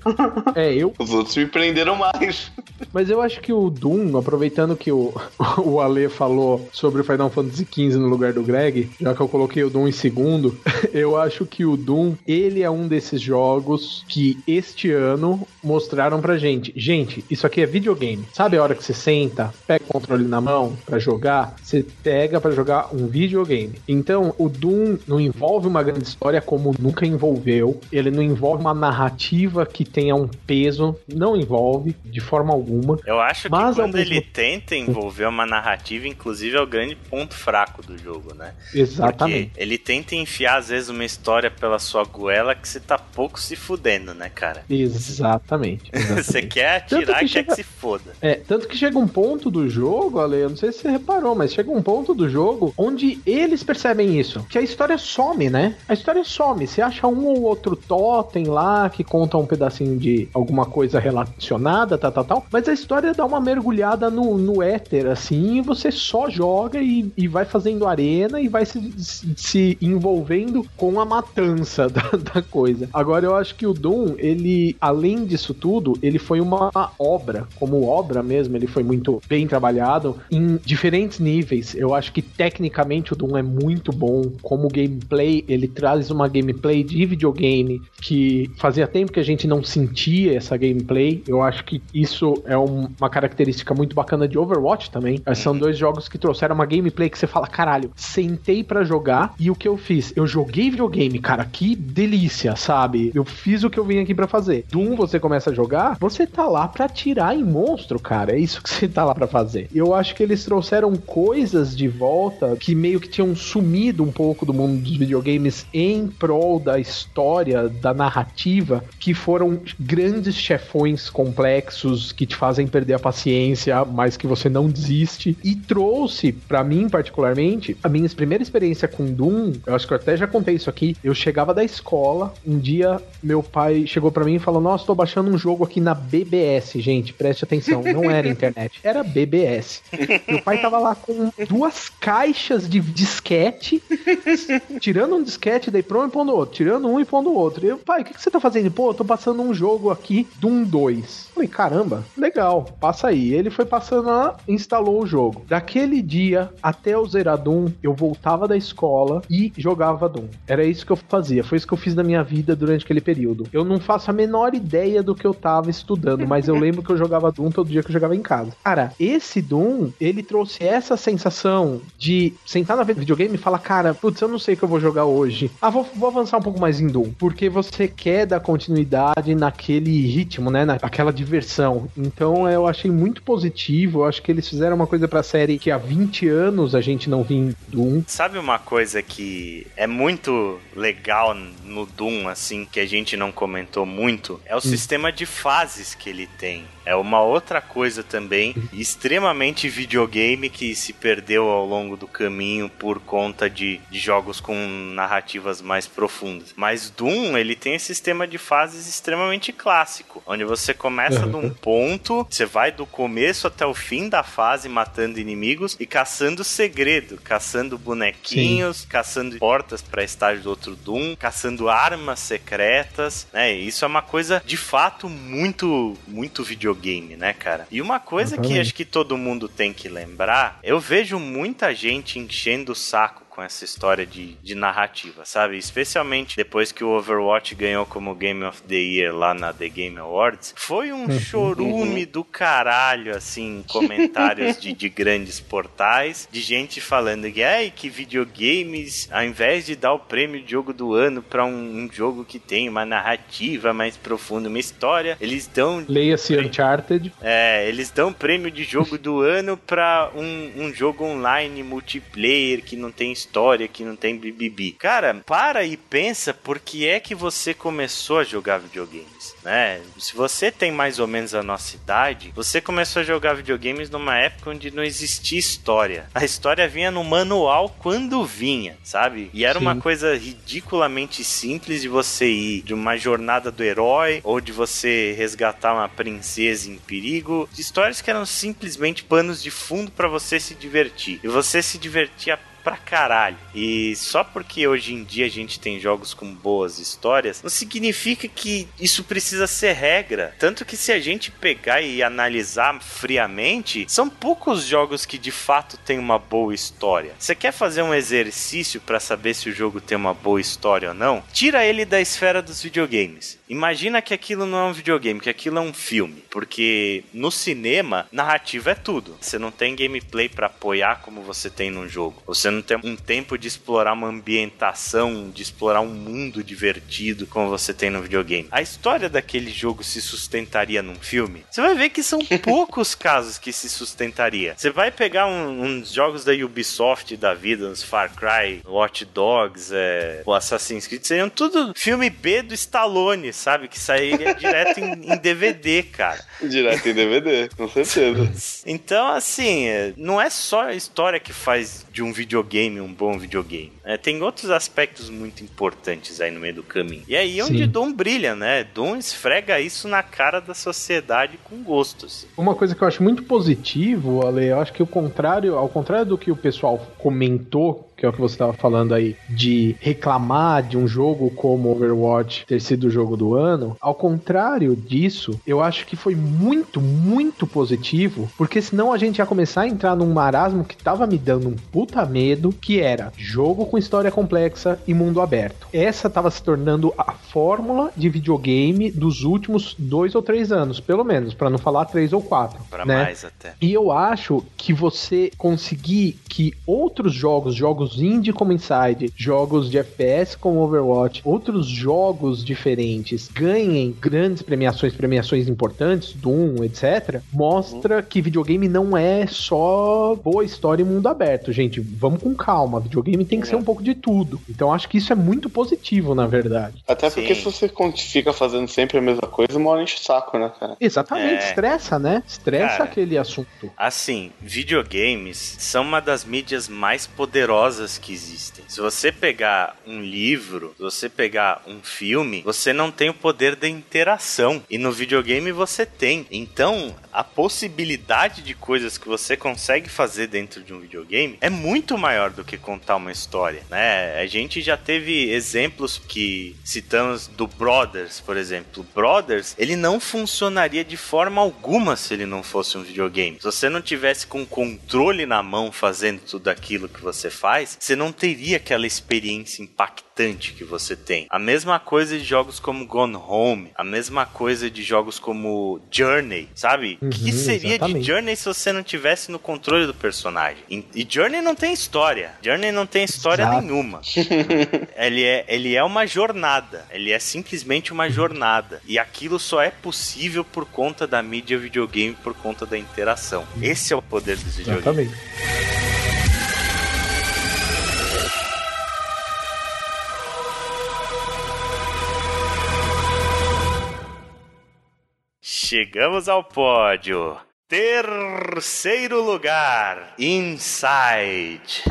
Os outros me prenderam mais. Mas eu acho que o Doom, aproveitando que o Ale falou sobre o Final Fantasy XV no lugar do Greg, já que eu coloquei o Doom em 2º, eu acho que o Doom, ele é um desses jogos que este ano mostraram pra gente. Gente, isso aqui é videogame. Sabe a hora que você senta, pega o controle na mão pra jogar? Você pega pra jogar um videogame. Então, o Doom não envolve uma grande história como nunca envolveu. Ele não envolve uma narrativa que tenha um peso. Não envolve, de forma alguma. Eu acho que quando ele tenta envolver uma narrativa, inclusive é o grande ponto fraco do jogo, né? Exatamente. Porque ele tenta enfiar, às vezes, uma história pela sua goela que você tá pouco se fudendo, né, cara? Exatamente. Você quer atirar e quer que se foda. Tanto que chega um ponto do jogo, Ale, eu não sei se você reparou, mas chega um ponto do jogo onde eles percebem isso, que a história some, né? A história some. Você acha um ou outro totem lá que conta um pedacinho de alguma coisa relacionada, tal, mas a história dá uma mergulhada no éter, assim, e você só joga e vai fazendo arena e vai se envolvendo com a matança da coisa. Agora, eu acho que o Doom, ele, além disso tudo, ele foi uma obra, como obra mesmo, ele foi muito bem trabalhado em diferentes níveis. Eu acho que tecnicamente o Doom é muito bom, como gameplay, ele traz uma gameplay de videogame que fazia tempo que a gente não sentia essa gameplay. Eu acho que isso é uma característica muito bacana de Overwatch também. São dois jogos que trouxeram uma gameplay que você fala, caralho, sentei pra jogar e o que eu fiz? Eu joguei videogame, cara, que delícia, sabe? Eu fiz o que eu vim aqui pra fazer. Doom, você começa a jogar, você tá lá pra atirar em monstro, cara. É isso que você tá lá pra fazer. Eu acho que eles trouxeram coisas de volta que meio que tinham sumido um pouco do mundo dos videogames em prol da história, da narrativa, que foram grandes chefões complexos que te fazem fazem perder a paciência, mas que você não desiste. E trouxe, pra mim particularmente, a minha primeira experiência com Doom. Eu acho que eu até já contei isso aqui. Eu chegava da escola, um dia meu pai chegou pra mim e falou: nossa, tô baixando um jogo aqui na BBS, gente, preste atenção, não era internet, era BBS. Meu pai tava lá com 2 caixas de disquete, tirando um disquete, daí pra um e pondo outro, tirando um e pondo outro. E eu, pai, o que você tá fazendo? Pô, eu tô passando um jogo aqui, Doom 2. Falei, caramba, legal, passa aí. Ele foi passando lá, instalou o jogo. Daquele dia até eu zerar Doom, eu voltava da escola e jogava Doom. Era isso que eu fazia, foi isso que eu fiz na minha vida durante aquele período. Eu não faço a menor ideia do que eu tava estudando, mas eu lembro que eu jogava Doom todo dia que eu jogava em casa. Cara, esse Doom, ele trouxe essa sensação de sentar na videogame e falar, cara, putz, eu não sei o que eu vou jogar hoje. Ah, vou avançar um pouco mais em Doom, porque você quer dar continuidade naquele ritmo, né, naquela diversão. Então eu achei muito positivo, eu acho que eles fizeram uma coisa pra série que há 20 anos a gente não via em Doom. Sabe uma coisa que é muito legal no Doom, assim, que a gente não comentou muito? É o sistema de fases que ele tem. É uma outra coisa também, extremamente videogame, que se perdeu ao longo do caminho por conta de jogos com narrativas mais profundas. Mas Doom, ele tem esse sistema de fases extremamente clássico, onde você começa de um ponto, você vai do começo até o fim da fase matando inimigos e caçando segredo, caçando bonequinhos, caçando portas para estágio do outro Doom, caçando armas secretas, né? Isso é uma coisa de fato muito, muito videogame, né, cara? E uma coisa que acho que todo mundo tem que lembrar, eu vejo muita gente enchendo o saco com essa história de narrativa, sabe? Especialmente depois que o Overwatch ganhou como Game of the Year lá na The Game Awards. Foi um chorume do caralho, assim, comentários de grandes portais, de gente falando que, ai, que videogames, ao invés de dar o prêmio de jogo do ano pra um jogo que tem uma narrativa mais profunda, uma história, eles dão... Leia-se Uncharted. Eles dão prêmio de jogo do ano pra um jogo online multiplayer que não tem história, que não tem bibibi. Cara, para e pensa por que é que você começou a jogar videogames, né? Se você tem mais ou menos a nossa idade, você começou a jogar videogames numa época onde não existia história. A história vinha no manual quando vinha, sabe? E era uma coisa ridiculamente simples de você ir de uma jornada do herói ou de você resgatar uma princesa em perigo. De histórias que eram simplesmente panos de fundo pra você se divertir. E você se divertia pra caralho. E só porque hoje em dia a gente tem jogos com boas histórias, não significa que isso precisa ser regra. Tanto que se a gente pegar e analisar friamente, são poucos jogos que de fato tem uma boa história. Você quer fazer um exercício pra saber se o jogo tem uma boa história ou não? Tira ele da esfera dos videogames. Imagina que aquilo não é um videogame, que aquilo é um filme. Porque no cinema, narrativa é tudo. Você não tem gameplay pra apoiar como você tem num jogo. Você não tem um tempo de explorar uma ambientação, de explorar um mundo divertido como você tem no videogame. A história daquele jogo se sustentaria num filme? Você vai ver que são poucos casos que se sustentaria. Você vai pegar uns jogos da Ubisoft da vida, uns Far Cry, Watch Dogs, o Assassin's Creed, seriam tudo filme B do Stallone, sabe? Que sairia direto em DVD, cara. Direto em DVD, com certeza. Então, assim, não é só a história que faz de um videogame um bom videogame. Tem outros aspectos muito importantes aí no meio do caminho. E aí é onde Doom brilha, né? Doom esfrega isso na cara da sociedade com gostos. Uma coisa que eu acho muito positivo, Ale, eu acho que ao contrário do que o pessoal comentou, que é o que você estava falando aí, de reclamar de um jogo como Overwatch ter sido o jogo do ano, ao contrário disso, eu acho que foi muito, muito positivo, porque senão a gente ia começar a entrar num marasmo que tava me dando um puta medo, que era jogo com história complexa e mundo aberto. Essa tava se tornando a fórmula de videogame dos últimos 2 ou 3 anos, pelo menos, pra não falar 3 ou 4. Pra né? mais até. E eu acho que você conseguir que outros jogos jogos indie como Inside, jogos de FPS como Overwatch, outros jogos diferentes ganhem grandes premiações importantes, Doom, etc., mostra que videogame não é só boa história e mundo aberto, gente. Vamos com calma. Videogame tem que ser um pouco de tudo. Então acho que isso é muito positivo, na verdade. Até porque se você fica fazendo sempre a mesma coisa, uma hora enche o saco, né, cara? Exatamente, estressa, né? Estressa, cara, aquele assunto. Assim, videogames são uma das mídias mais poderosas que existem. Se você pegar um livro, se você pegar um filme, você não tem o poder da interação. E no videogame você tem. Então, a possibilidade de coisas que você consegue fazer dentro de um videogame é muito maior do que contar uma história, né? A gente já teve exemplos que citamos do Brothers, por exemplo. Brothers, ele não funcionaria de forma alguma se ele não fosse um videogame. Se você não tivesse com controle na mão fazendo tudo aquilo que você faz, você não teria aquela experiência impactante que você tem. A mesma coisa de jogos como Gone Home, a mesma coisa de jogos como Journey, sabe? O que seria exatamente de Journey se você não tivesse no controle do personagem? E Journey não tem história. Journey não tem história nenhuma. Ele é uma jornada. Ele é simplesmente uma jornada. E aquilo só é possível por conta da mídia videogame, por conta da interação. Esse é o poder dos videogames. Exatamente. Chegamos ao pódio. Terceiro lugar, Inside.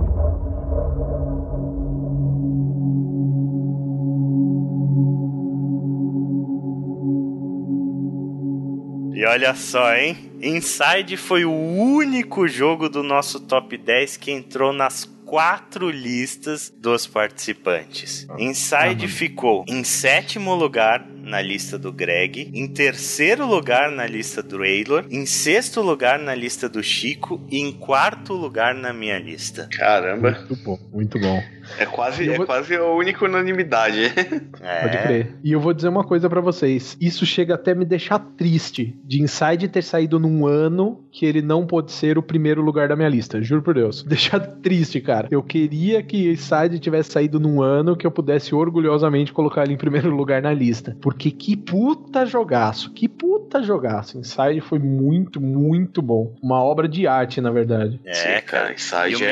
E olha só, hein? Inside foi o único jogo do nosso top 10 que entrou nas 4 listas dos participantes. Inside ficou em 7º lugar na lista do Greg, em 3º lugar na lista do Raylor, em 6º lugar na lista do Chico e em 4º lugar na minha lista. Caramba. Muito bom, muito bom. É quase a única unanimidade. Pode crer. E eu vou dizer uma coisa pra vocês. Isso chega até a me deixar triste de Inside ter saído num ano que ele não pôde ser o primeiro lugar da minha lista. Juro por Deus. Deixar triste, cara. Eu queria que Inside tivesse saído num ano que eu pudesse orgulhosamente colocar ele em primeiro lugar na lista. Porque que puta jogaço. Que puta jogaço. Inside foi muito, muito bom. Uma obra de arte, na verdade. Sim, cara. Inside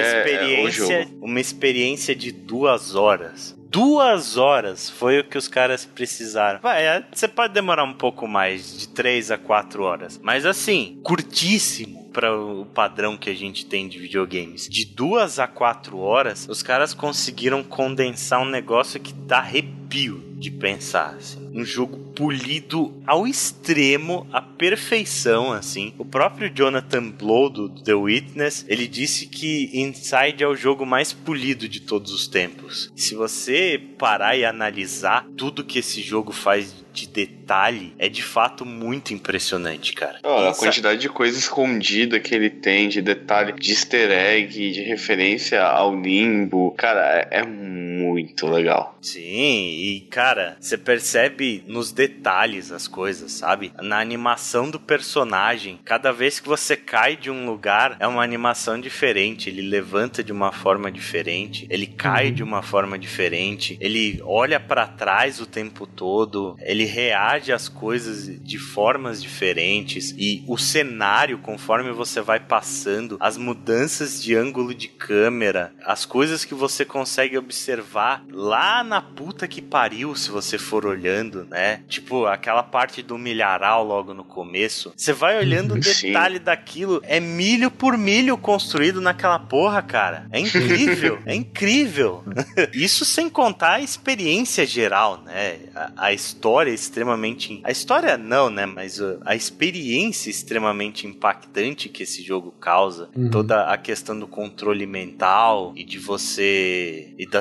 uma experiência de 2 horas. 2 horas foi o que os caras precisaram. Você pode demorar um pouco mais, de 3 a 4 horas. Mas assim, curtíssimo para o padrão que a gente tem de videogames. De 2 a 4 horas, os caras conseguiram condensar um negócio que dá arrepio de pensar, assim. Um jogo polido ao extremo, à perfeição, assim. O próprio Jonathan Blow do The Witness, ele disse que Inside é o jogo mais polido de todos os tempos. Se você parar e analisar tudo que esse jogo faz de detalhe, é de fato muito impressionante, cara. A quantidade de coisa escondida que ele tem, de detalhe, de easter egg, de referência ao Limbo, cara, é muito legal. Sim, e cara, você percebe nos detalhes as coisas, sabe? Na animação do personagem, cada vez que você cai de um lugar, é uma animação diferente, ele levanta de uma forma diferente, ele cai de uma forma diferente, ele olha pra trás o tempo todo, ele reage às coisas de formas diferentes, e o cenário, conforme você vai passando, as mudanças de ângulo de câmera, as coisas que você consegue observar lá na puta que pariu, se você for olhando, né? Tipo, aquela parte do milharal logo no começo, você vai olhando o detalhe daquilo, é milho por milho construído naquela porra, cara. É incrível, é incrível. Isso sem contar a experiência geral, né? A história extremamente... A história não, né? Mas a experiência extremamente impactante que esse jogo causa. Toda a questão do controle mental e de você... E das teorias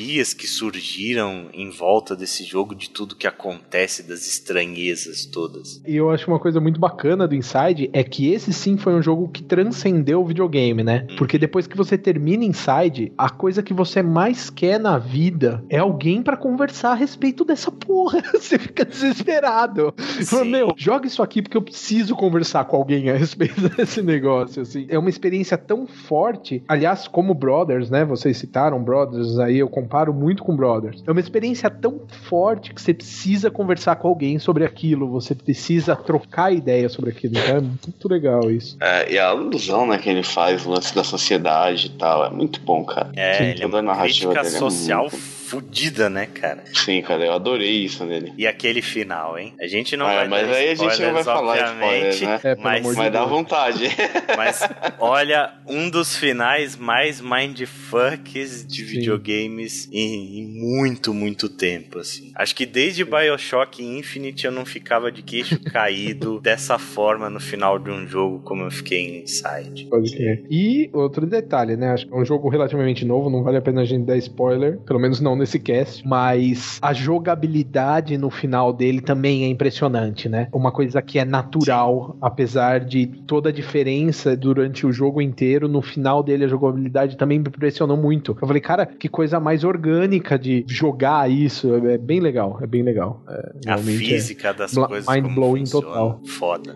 teorias que surgiram em volta desse jogo, de tudo que acontece, das estranhezas todas. E eu acho uma coisa muito bacana do Inside é que esse sim foi um jogo que transcendeu o videogame, né? Porque depois que você termina Inside, a coisa que você mais quer na vida é alguém pra conversar a respeito dessa porra. Você fica desesperado. Fala, meu, joga isso aqui porque eu preciso conversar com alguém a respeito desse negócio, assim. É uma experiência tão forte. Aliás, como Brothers, né? Vocês citaram Brothers, aí eu comparo muito com Brothers. É uma experiência tão forte que você precisa conversar com alguém sobre aquilo, você precisa trocar ideia sobre aquilo. Então é muito legal isso. E a alusão, né, que ele faz, o lance da sociedade e tal, é muito bom, cara. Ele é uma crítica social fudida, né, cara? Sim, cara, eu adorei isso nele. E aquele final, hein? A gente não vai mas aí a gente não vai falar spoilers, né? Mas dá vontade. Mas olha, um dos finais mais mindfucks de videogames em muito, muito tempo, assim. Acho que desde BioShock Infinite eu não ficava de queixo caído dessa forma no final de um jogo como eu fiquei em Inside. Pode crer. E outro detalhe, né? Acho que é um jogo relativamente novo, não vale a pena a gente dar spoiler, pelo menos não nesse cast, mas a jogabilidade no final dele também é impressionante, né? Uma coisa que é natural, apesar de toda a diferença durante o jogo inteiro, no final dele a jogabilidade também me impressionou muito. Eu falei, cara, que coisa mais orgânica de jogar isso, é bem legal, é bem legal. A física das coisas mind-blowing total. Foda.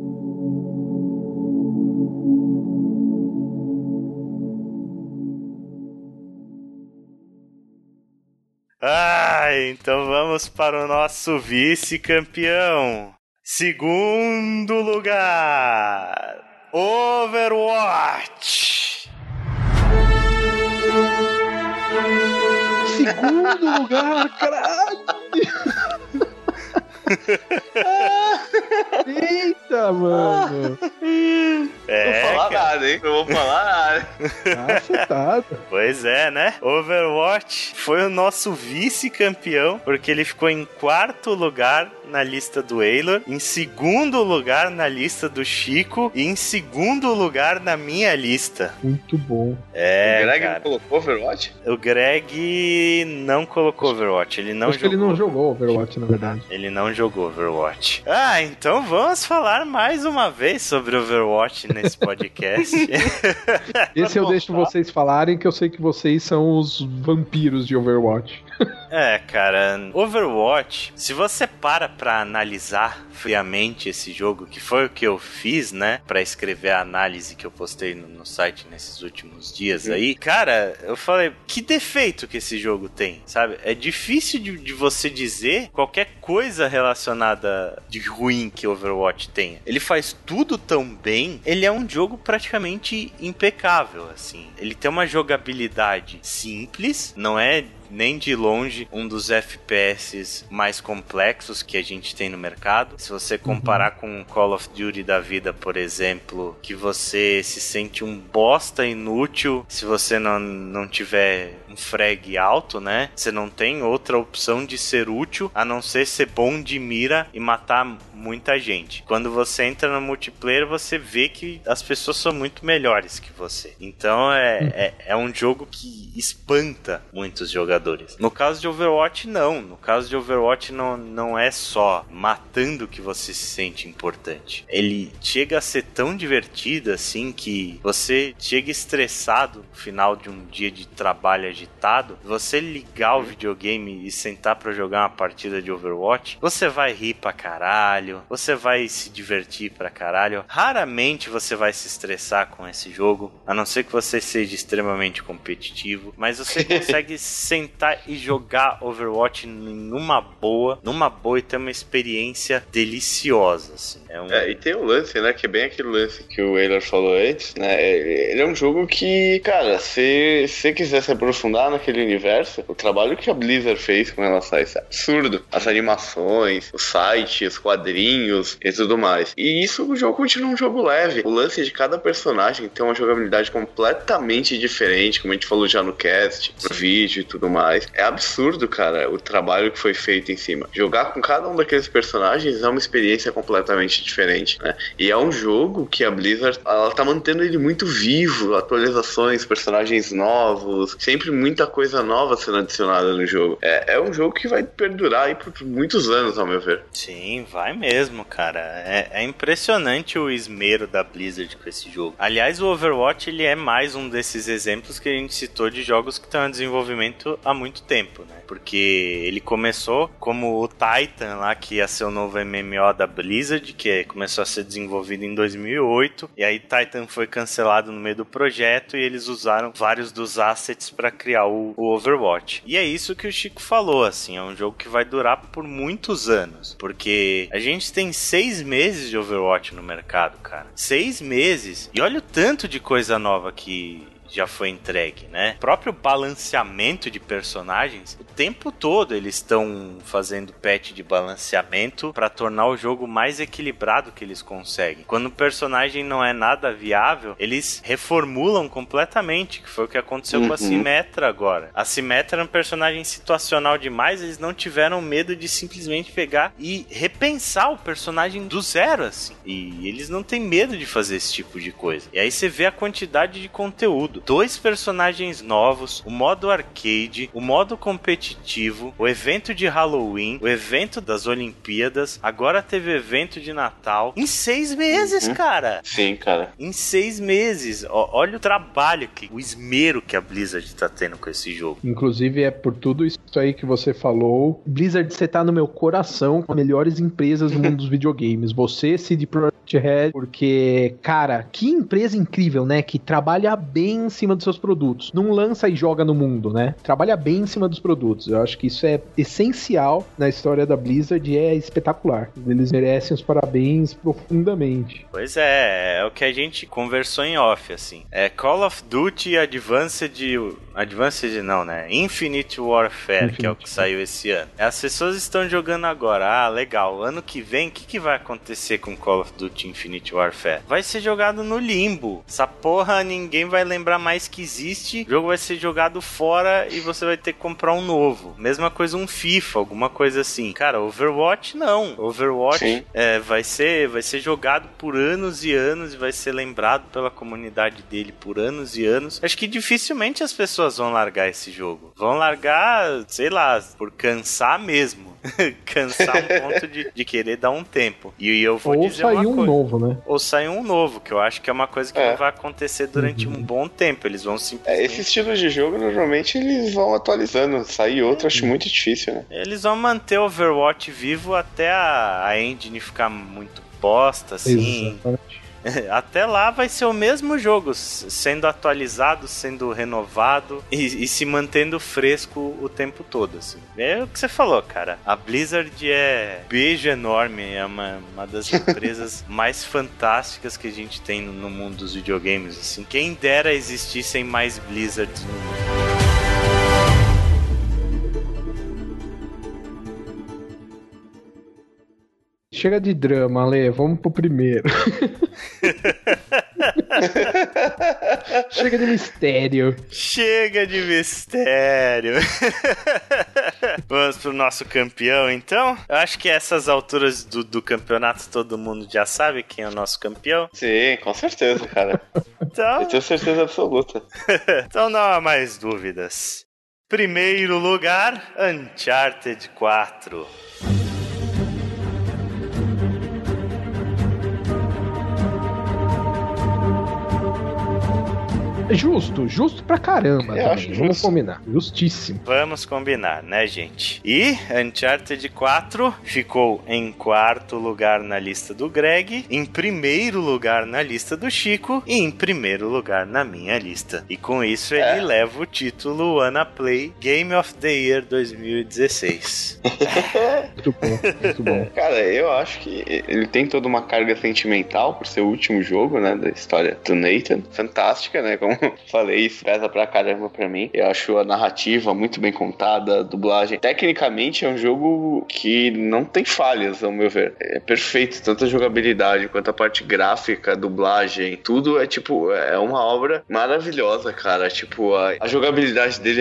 Então vamos para o nosso vice-campeão. Segundo lugar, Overwatch. Segundo lugar, caralho. Eita, mano. Não vou falar nada, hein? Não vou falar nada. Acertado. Pois é, né? Overwatch foi o nosso vice-campeão, porque ele ficou em quarto lugar na lista do Eilor, em segundo lugar na lista do Chico e em segundo lugar na minha lista. Muito bom. O Greg não colocou Overwatch? O Greg não colocou Overwatch. Ele não Acho que ele não jogou Overwatch, na verdade. Ele não jogou Overwatch. Então vamos falar mais uma vez sobre Overwatch nesse podcast. Esse eu deixo vocês falarem, que eu sei que vocês são os vampiros de Overwatch. Cara, Overwatch, se você para pra analisar friamente esse jogo, que foi o que eu fiz, né, pra escrever a análise que eu postei no site nesses últimos dias aí, cara, eu falei, que defeito que esse jogo tem, sabe? É difícil de você dizer qualquer coisa relacionada de ruim que Overwatch tenha. Ele faz tudo tão bem, ele é um jogo praticamente impecável, assim. Ele tem uma jogabilidade simples, não é nem de longe um dos FPS mais complexos que a gente tem no mercado. Se você comparar com Call of Duty da vida, por exemplo, que você se sente um bosta inútil se você não tiver um frag alto, né? Você não tem outra opção de ser útil a não ser bom de mira e matar muita gente. Quando você entra no multiplayer, você vê que as pessoas são muito melhores que você. Então é um jogo que espanta muitos jogadores. No caso de Overwatch, não. No caso de Overwatch, não é só matando que você se sente importante. Ele chega a ser tão divertido assim que você chega estressado no final de um dia de trabalho agitado. Você ligar o videogame e sentar pra jogar uma partida de Overwatch, você vai rir pra caralho, você vai se divertir pra caralho. Raramente você vai se estressar com esse jogo, a não ser que você seja extremamente competitivo, mas você consegue sentar e jogar Overwatch numa boa e ter uma experiência deliciosa, assim. E tem o lance, né, que é bem aquele lance que o Eilor falou antes, né, ele é um jogo que, cara, se você quiser se aprofundar naquele universo, o trabalho que a Blizzard fez com relação a isso é absurdo. As animações, o site, os quadrinhos e tudo mais. E isso, o jogo continua um jogo leve. O lance de cada personagem tem uma jogabilidade completamente diferente, como a gente falou já no cast, no vídeo e tudo mais. mais. É absurdo, cara, o trabalho que foi feito em cima. Jogar com cada um daqueles personagens é uma experiência completamente diferente, né? E é um jogo que a Blizzard, ela tá mantendo ele muito vivo, atualizações, personagens novos, sempre muita coisa nova sendo adicionada no jogo. É um jogo que vai perdurar aí por muitos anos, ao meu ver. Sim, vai mesmo, cara. É impressionante o esmero da Blizzard com esse jogo. Aliás, o Overwatch, ele é mais um desses exemplos que a gente citou de jogos que estão em desenvolvimento há muito tempo, né? Porque ele começou como o Titan lá, que ia ser o novo MMO da Blizzard, que começou a ser desenvolvido em 2008, e aí Titan foi cancelado no meio do projeto e eles usaram vários dos assets para criar o Overwatch. E é isso que o Chico falou, assim, é um jogo que vai durar por muitos anos, porque a gente tem 6 meses de Overwatch no mercado, cara. 6 meses. E olha o tanto de coisa nova que já foi entregue, né? O próprio balanceamento de personagens, o tempo todo eles estão fazendo patch de balanceamento para tornar o jogo mais equilibrado que eles conseguem. Quando o personagem não é nada viável, eles reformulam completamente, que foi o que aconteceu com a Symmetra agora. A Symmetra era um personagem situacional demais, eles não tiveram medo de simplesmente pegar e repensar o personagem do zero, assim. E eles não têm medo de fazer esse tipo de coisa. E aí você vê a quantidade de conteúdo. 2 personagens novos, o modo arcade, o modo competitivo, o evento de Halloween, o evento das Olimpíadas, agora teve evento de Natal. Em 6 meses, cara! Sim, cara. Em 6 meses. Olha o trabalho, o esmero que a Blizzard tá tendo com esse jogo. Inclusive, é por tudo isso aí que você falou. Blizzard, você tá no meu coração com as melhores empresas do mundo dos videogames. Você, CD Projekt Red, porque, cara, que empresa incrível, né? Que trabalha bem em cima dos seus produtos. Não lança e joga no mundo, né? Trabalha bem em cima dos produtos. Eu acho que isso é essencial na história da Blizzard e é espetacular. Eles merecem os parabéns profundamente. Pois é o que a gente conversou em off, assim. Call of Duty Advanced não, né? Infinite Warfare, que é o que saiu esse ano. As pessoas estão jogando agora. Ah, legal. Ano que vem, o que vai acontecer com Call of Duty Infinite Warfare? Vai ser jogado no limbo. Essa porra ninguém vai lembrar mais que existe. O jogo vai ser jogado fora e você vai ter que comprar um novo. Mesma coisa um FIFA, alguma coisa assim. Cara, Overwatch não. Overwatch vai ser jogado por anos e anos e vai ser lembrado pela comunidade dele por anos e anos. Acho que dificilmente as pessoas vão largar esse jogo. Vão largar, sei lá, por cansar mesmo. Cansar um ponto de querer dar um tempo. E eu vou dizer uma coisa. Ou sair um novo, né? Ou sair um novo, que eu acho que é uma coisa que não vai acontecer durante um bom tempo. Eles vão simplesmente... Esse estilo de jogo, normalmente, eles vão atualizando. Sair outro, acho muito difícil, né? Eles vão manter o Overwatch vivo até a engine ficar muito bosta, assim. Exatamente. Até lá vai ser o mesmo jogo, sendo atualizado, sendo renovado e se mantendo fresco o tempo todo, assim. É o que você falou, cara. A Blizzard é beijo enorme, é uma das empresas mais fantásticas que a gente tem no mundo dos videogames, assim. Quem dera existissem mais Blizzards no mundo. Chega de drama, Ale, vamos pro primeiro. Chega de mistério. Chega de mistério. Vamos pro nosso campeão, então? Eu acho que a essas alturas do campeonato todo mundo já sabe quem é o nosso campeão. Sim, com certeza, cara. Então... Eu tenho certeza absoluta. Então não há mais dúvidas. Primeiro lugar, Uncharted 4. Justo pra caramba. Vamos combinar. Justíssimo. Vamos combinar, né, gente? E Uncharted 4 ficou em 4º lugar na lista do Greg, em 1º lugar na lista do Chico e em 1º lugar na minha lista. E com isso ele leva o título Wanna Play Game of the Year 2016. Muito bom. Cara, eu acho que ele tem toda uma carga sentimental por ser o último jogo, né, da história do Nathan. Fantástica, né, como falei, isso pesa pra caramba pra mim. Eu acho a narrativa muito bem contada, a dublagem. Tecnicamente é um jogo que não tem falhas, ao meu ver. É perfeito, tanto a jogabilidade quanto a parte gráfica, a dublagem, tudo é uma obra maravilhosa, cara. Tipo, a jogabilidade dele é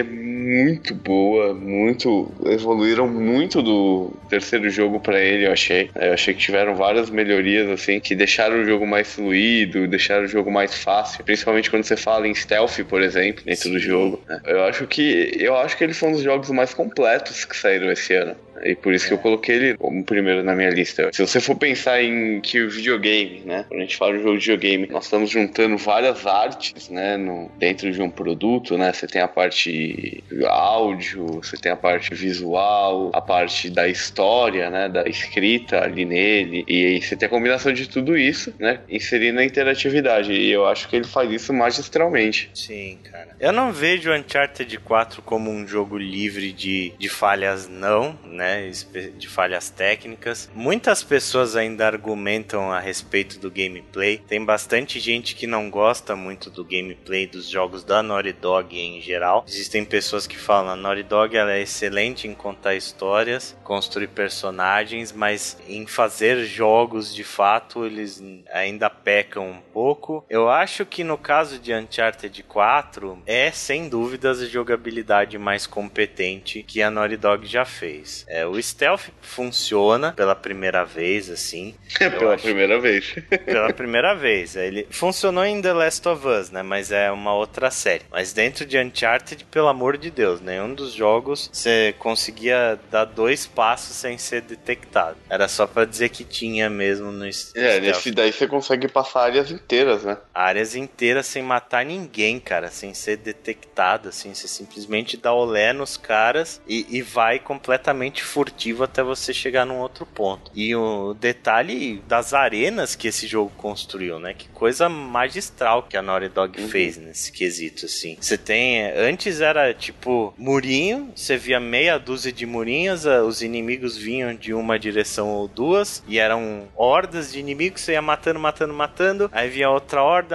muito boa, evoluíram muito do terceiro jogo pra ele, eu achei. Eu achei que tiveram várias melhorias, assim, que deixaram o jogo mais fluido, deixaram o jogo mais fácil, principalmente quando você fala em stealth, por exemplo, dentro do jogo, né? Eu acho que ele foi um dos jogos mais completos que saíram esse ano. E por isso que eu coloquei ele como primeiro na minha lista. Se você for pensar em que o videogame, né? Quando a gente fala de jogo de videogame, nós estamos juntando várias artes, né? Dentro de um produto, né? Você tem a parte áudio, você tem a parte visual, a parte da história, né? Da escrita ali nele. E aí você tem a combinação de tudo isso, né? Inserindo a interatividade. E eu acho que ele faz isso magistralmente. Sim, cara. Eu não vejo Uncharted 4 como um jogo livre de falhas, não, né? De falhas técnicas. Muitas pessoas ainda argumentam a respeito do gameplay. Tem bastante gente que não gosta muito do gameplay dos jogos da Naughty Dog em geral. Existem pessoas que falam: a Naughty Dog ela é excelente em contar histórias, construir personagens, mas em fazer jogos de fato eles ainda pecam um pouco. Eu acho que no caso de Uncharted 4 é sem dúvidas a jogabilidade mais competente que a Naughty Dog já fez. O stealth funciona pela primeira vez, assim. Primeira vez. Pela primeira vez. Ele funcionou em The Last of Us, né? Mas é uma outra série. Mas dentro de Uncharted, pelo amor de Deus, nenhum dos jogos você conseguia dar 2 passos sem ser detectado. Era só pra dizer que tinha mesmo no stealth. Nesse daí você consegue passar áreas inteiras, né? Áreas inteiras sem matar ninguém, cara. Sem ser detectado, assim. Você simplesmente dá olé nos caras e vai completamente furtivo até você chegar num outro ponto. E o detalhe das arenas que esse jogo construiu, né? Que coisa magistral que a Naughty Dog fez nesse quesito, assim. Você tem... Antes era tipo murinho, você via meia dúzia de murinhos, os inimigos vinham de uma direção ou duas, e eram hordas de inimigos, você ia matando, aí vinha outra horda,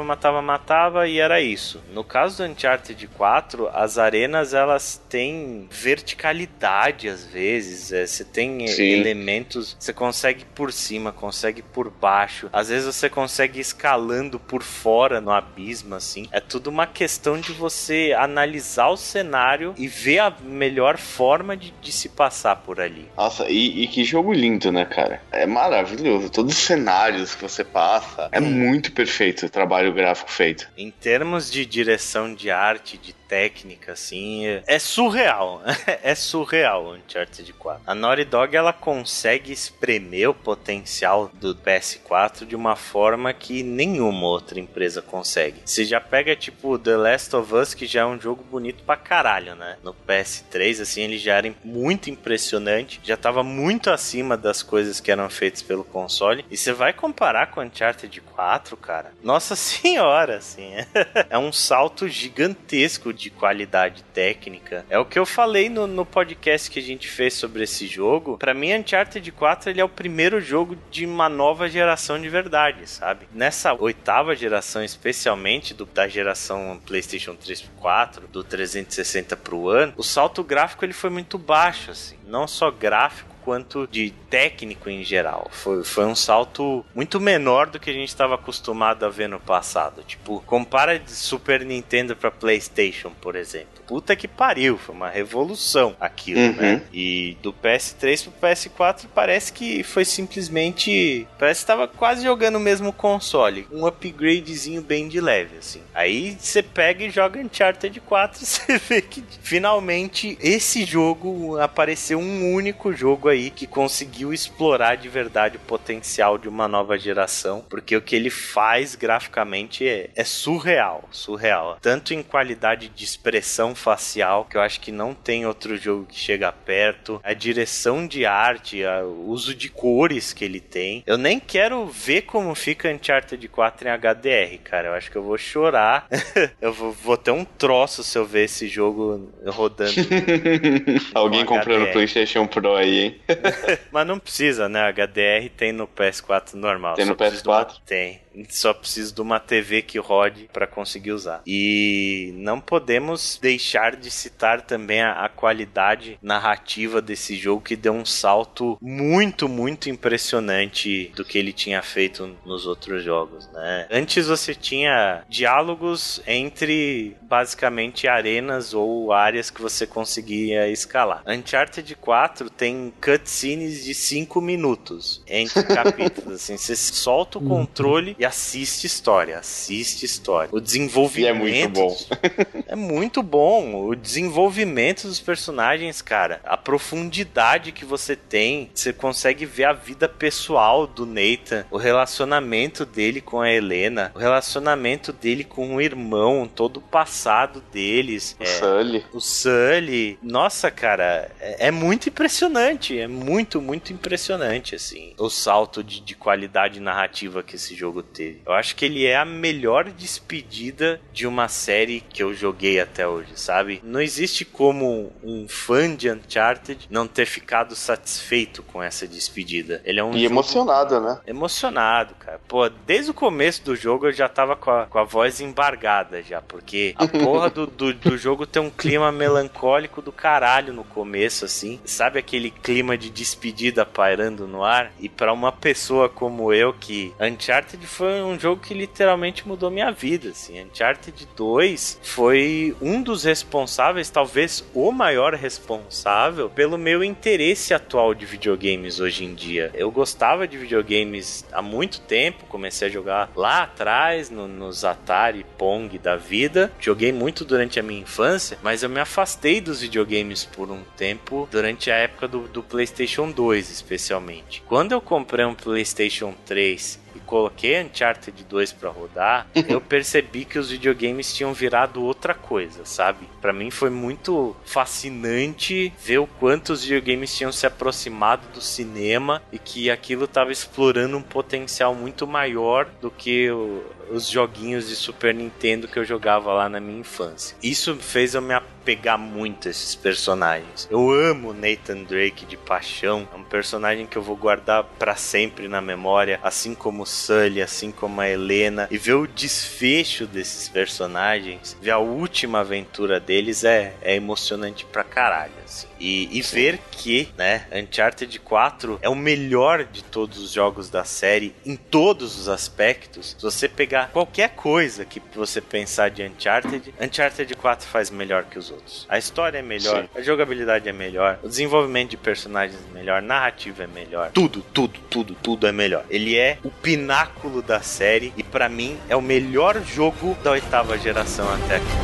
matava, e era isso. No caso do Uncharted 4, as arenas, elas têm verticalidade às vezes, você tem elementos, você consegue por cima, consegue por baixo, às vezes você consegue escalando por fora no abismo, assim. É tudo uma questão de você analisar o cenário e ver a melhor forma de se passar por ali. Nossa, e que jogo lindo, né, cara? É maravilhoso, todos os cenários que você passa, é muito perfeito o trabalho gráfico feito. Em termos de direção de arte, de técnica, assim, é surreal. É surreal o Uncharted 4. A Naughty Dog, ela consegue espremer o potencial do PS4 de uma forma que nenhuma outra empresa consegue. Você já pega, tipo, The Last of Us, que já é um jogo bonito pra caralho, né? No PS3, assim, ele já era muito impressionante, já tava muito acima das coisas que eram feitas pelo console. E você vai comparar com o Uncharted 4, cara, nossa senhora, assim, é um salto gigantesco de qualidade técnica. É o que eu falei no podcast que a gente fez sobre esse jogo. Pra mim, Uncharted 4 ele é o primeiro jogo de uma nova geração de verdade, sabe? Nessa 8ª geração, especialmente da geração PlayStation 3 pro 4, do 360 pro One, o salto gráfico ele foi muito baixo, assim. Não só gráfico, quanto de técnico em geral. Foi um salto muito menor do que a gente estava acostumado a ver no passado. Tipo, compara de Super Nintendo pra PlayStation, por exemplo. Puta que pariu, foi uma revolução aquilo, né? E do PS3 pro PS4 parece que foi simplesmente... Parece que tava quase jogando o mesmo console. Um upgradezinho bem de leve, assim. Aí você pega e joga Uncharted 4 e você vê que finalmente esse jogo apareceu um único jogo aí que conseguiu explorar de verdade o potencial de uma nova geração, porque o que ele faz graficamente é surreal. Tanto em qualidade de expressão facial, que eu acho que não tem outro jogo que chega perto, a direção de arte, o uso de cores que ele tem. Eu nem quero ver como fica Uncharted 4 em HDR, cara. Eu acho que eu vou chorar. Eu vou ter um troço se eu ver esse jogo rodando. Alguém comprando o PlayStation Pro aí, hein? Mas não precisa, né? HDR tem no PS4 normal. Tem no PS4? Tem. só preciso de uma TV que rode para conseguir usar. E não podemos deixar de citar também a qualidade narrativa desse jogo, que deu um salto muito, muito impressionante do que ele tinha feito nos outros jogos, né? Antes você tinha diálogos entre basicamente arenas ou áreas que você conseguia escalar. Uncharted 4 tem cutscenes de 5 minutos entre capítulos, assim, você solta o controle e assiste história. O desenvolvimento... E é muito bom. É muito bom. O desenvolvimento dos personagens, cara, a profundidade que você tem, você consegue ver a vida pessoal do Nathan, o relacionamento dele com a Helena, o relacionamento dele com o irmão, todo o passado deles. O Sully. Nossa, cara, é muito impressionante. É muito, muito impressionante, assim, o salto de qualidade narrativa que esse jogo teve. Eu acho que ele é a melhor despedida de uma série que eu joguei até hoje, sabe? Não existe como um fã de Uncharted não ter ficado satisfeito com essa despedida. Ele é um jogo emocionado, né? Emocionado, cara. Pô, desde o começo do jogo eu já tava com a voz embargada já, porque a porra do jogo tem um clima melancólico do caralho no começo, assim. Sabe aquele clima de despedida pairando no ar? E pra uma pessoa como eu, que Uncharted foi um jogo que literalmente mudou minha vida, assim. Uncharted 2 foi um dos responsáveis, talvez o maior responsável, pelo meu interesse atual de videogames hoje em dia. Eu gostava de videogames há muito tempo, comecei a jogar lá atrás, nos Atari, Pong da vida. Joguei muito durante a minha infância, mas eu me afastei dos videogames por um tempo, durante a época do PlayStation 2, especialmente. Quando eu comprei um PlayStation 3 e coloquei Uncharted 2 pra rodar, eu percebi que os videogames tinham virado outra coisa, sabe? Pra mim foi muito fascinante ver o quanto os videogames tinham se aproximado do cinema e que aquilo tava explorando um potencial muito maior do que os joguinhos de Super Nintendo que eu jogava lá na minha infância. Isso fez eu me apegar muito a esses personagens. Eu amo Nathan Drake de paixão. É um personagem que eu vou guardar pra sempre na memória, assim como o Sully, assim como a Helena. E ver o desfecho desses personagens, ver a última aventura deles é emocionante pra caralho, assim. E ver que, né, Uncharted 4 é o melhor de todos os jogos da série em todos os aspectos. Se você pegar qualquer coisa que você pensar de Uncharted 4 faz melhor que os outros. A história é melhor, sim. A jogabilidade é melhor, o desenvolvimento de personagens é melhor, a narrativa é melhor, tudo é melhor. Ele é o pináculo da série e pra mim é o melhor jogo da 8ª geração até aqui.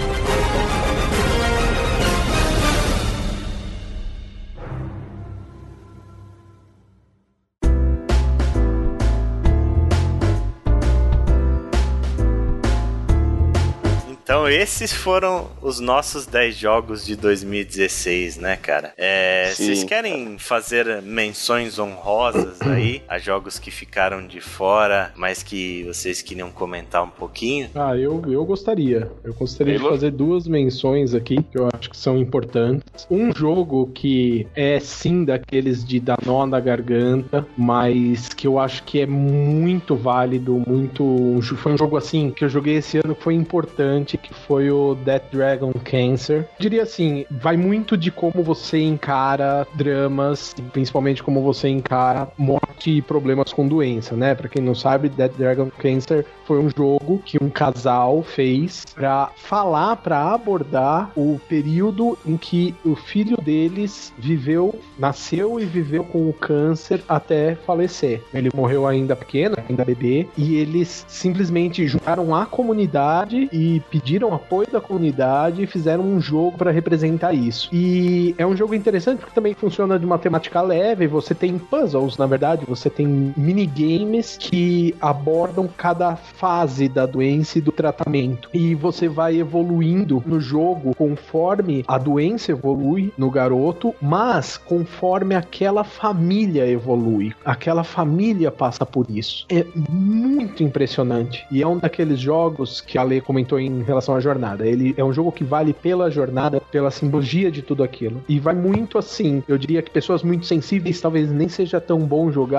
Então esses foram os nossos 10 jogos de 2016, né, cara? Vocês querem fazer menções honrosas aí a jogos que ficaram de fora, mas que vocês queriam comentar um pouquinho? Eu gostaria. Eu gostaria de fazer 2 menções aqui, que eu acho que são importantes. Um jogo que é sim daqueles de dar nó na garganta, mas que eu acho que é muito válido, foi um jogo assim, que eu joguei esse ano, que foi importante, que foi o Death Dragon Cancer. Eu diria assim, vai muito de como você encara dramas, e principalmente como você encara morte e problemas com doença, né? Pra quem não sabe, Death Dragon Cancer foi um jogo que um casal fez pra abordar o período em que o filho deles nasceu e viveu com o câncer até falecer. Ele morreu ainda pequeno, ainda bebê, e eles simplesmente juntaram a comunidade e pediram apoio da comunidade e fizeram um jogo para representar isso. E é um jogo interessante porque também funciona de uma temática leve, você tem puzzles, na verdade, você tem minigames que abordam cada fase da doença e do tratamento. E você vai evoluindo no jogo conforme a doença evolui no garoto, mas conforme aquela família evolui. Aquela família passa por isso. É muito impressionante. E é um daqueles jogos que a Lê comentou em relação à jornada. Ele é um jogo que vale pela jornada, pela simbologia de tudo aquilo. E vai muito assim, eu diria que pessoas muito sensíveis talvez nem seja tão bom jogar,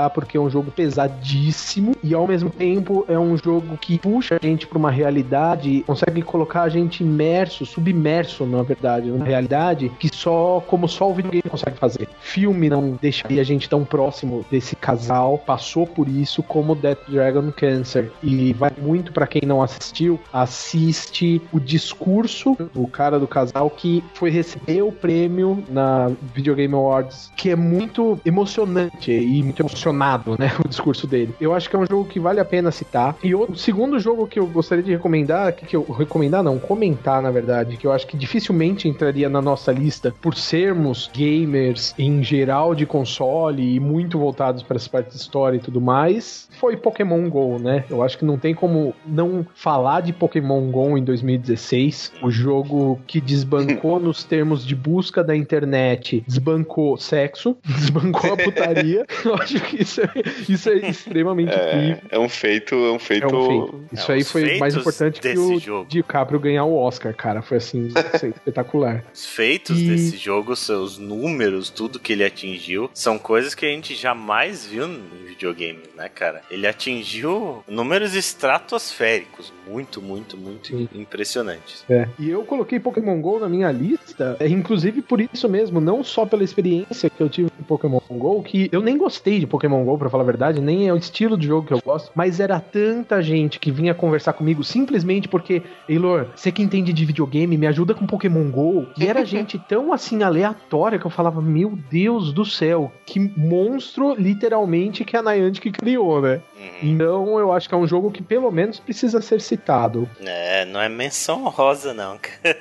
jogar porque é um jogo pesadíssimo e ao mesmo tempo é um jogo que puxa a gente pra uma realidade, consegue colocar a gente imerso, submerso, na verdade, numa realidade que só o videogame consegue fazer. Filme não deixaria a gente tão próximo desse casal, passou por isso como Death Dragon Cancer, e vai muito pra quem não assistiu, assiste o discurso do cara do casal que foi receber o prêmio na Video Game Awards, que é muito emocionante e muito emocionado, né, o discurso dele. Eu acho que é um jogo que vale a pena citar. E o segundo jogo que eu gostaria de recomendar, comentar, na verdade, que eu acho que dificilmente entraria na nossa lista por sermos gamers em geral de console e muito voltados para essa parte de história e tudo mais, foi Pokémon GO, né? Eu acho que não tem como não falar de Pokémon GO em 2016, o jogo que desbancou nos termos de busca da internet, desbancou sexo, desbancou a putaria. Eu acho que isso é extremamente incrível. É um feito. Isso aí foi mais importante que o DiCaprio ganhar o Oscar, cara. Foi assim, espetacular. Os feitos desse jogo, seus números, tudo que ele atingiu, são coisas que a gente jamais viu em videogame, né, cara? Ele atingiu números estratosféricos, muito impressionantes. E eu coloquei Pokémon GO na minha lista, inclusive por isso mesmo, não só pela experiência que eu tive com Pokémon GO, que eu nem gostei de Pokémon GO, pra falar a verdade, nem é o estilo de jogo que eu gosto, mas era tanta gente que vinha conversar comigo simplesmente porque, Eilor, você que entende de videogame, me ajuda com Pokémon GO, e era gente tão assim aleatória que eu falava, meu Deus do céu, que monstro literalmente que a Niantic criou, né? Então eu acho que é um jogo que pelo menos precisa ser citado. Não é menção honrosa não, cara.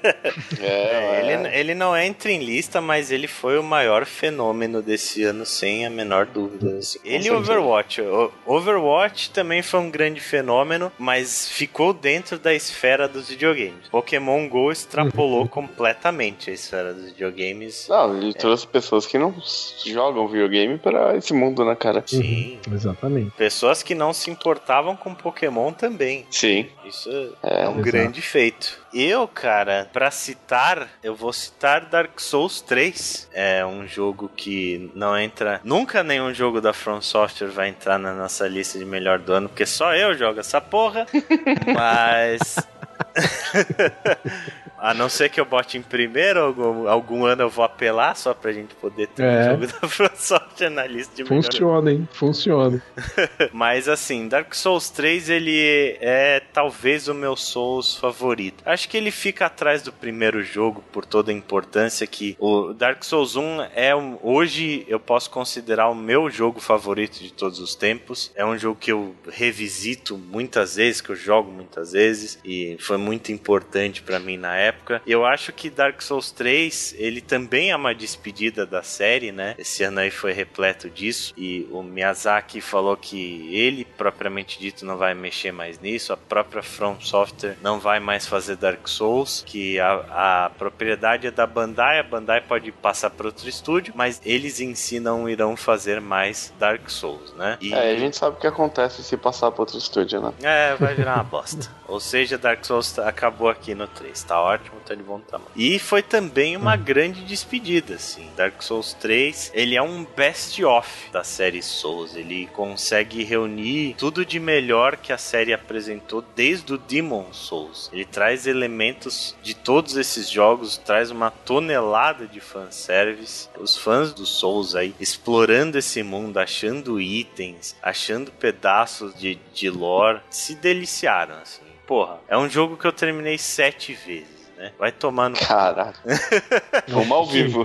Ele não entra em lista, mas ele foi o maior fenômeno desse ano, sem a menor dúvida. Assim. Ele e Overwatch. Overwatch também foi um grande fenômeno, mas ficou dentro da esfera dos videogames. Pokémon GO extrapolou completamente a esfera dos videogames. Não, ele trouxe pessoas que não jogam videogame para esse mundo, né, cara? Sim. Exatamente. Pessoas que não se importavam com Pokémon também. Sim. Isso é um grande feito. Cara, pra citar, eu vou citar Dark Souls 3. É um jogo que não entra... Nunca nenhum jogo da From Software vai entrar na nossa lista de melhor do ano, porque só eu jogo essa porra. Mas... A não ser que eu bote em primeiro, algum ano eu vou apelar só pra gente poder ter um jogo da From Software na lista de melhor. Funciona, hein? Funciona. Mas assim, Dark Souls 3, ele é talvez o meu Souls favorito. Acho que ele fica atrás do primeiro jogo por toda a importância que o Dark Souls 1 hoje eu posso considerar o meu jogo favorito de todos os tempos. É um jogo que eu revisito muitas vezes, que eu jogo muitas vezes e foi muito importante pra mim na época. Eu acho que Dark Souls 3, ele também é uma despedida da série, né? Esse ano aí foi repleto disso e o Miyazaki falou que ele, propriamente dito, não vai mexer mais nisso, a própria From Software não vai mais fazer Dark Souls, que a propriedade é da Bandai, a Bandai pode passar para outro estúdio, mas eles em si não irão fazer mais Dark Souls, né? A gente sabe o que acontece se passar para outro estúdio, né? Vai virar uma bosta. Ou seja, Dark Souls acabou aqui no 3, tá ótimo, tá de bom tamanho. E foi também uma grande despedida, assim. Dark Souls 3, ele é um best-of da série Souls. Ele consegue reunir tudo de melhor que a série apresentou desde o Demon Souls. Ele traz elementos de todos esses jogos, traz uma tonelada de fanservice. Os fãs do Souls aí, explorando esse mundo, achando itens, achando pedaços de lore, se deliciaram, assim. Porra, é um jogo que eu terminei 7 vezes. Vai tomar no... Caraca. Uma ao vivo.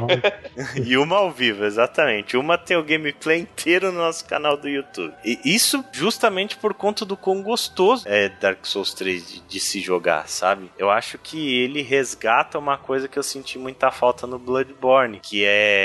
E uma ao vivo, exatamente. Uma tem o gameplay inteiro no nosso canal do YouTube. E isso justamente por conta do quão gostoso é Dark Souls 3 de se jogar, sabe? Eu acho que ele resgata uma coisa que eu senti muita falta no Bloodborne, que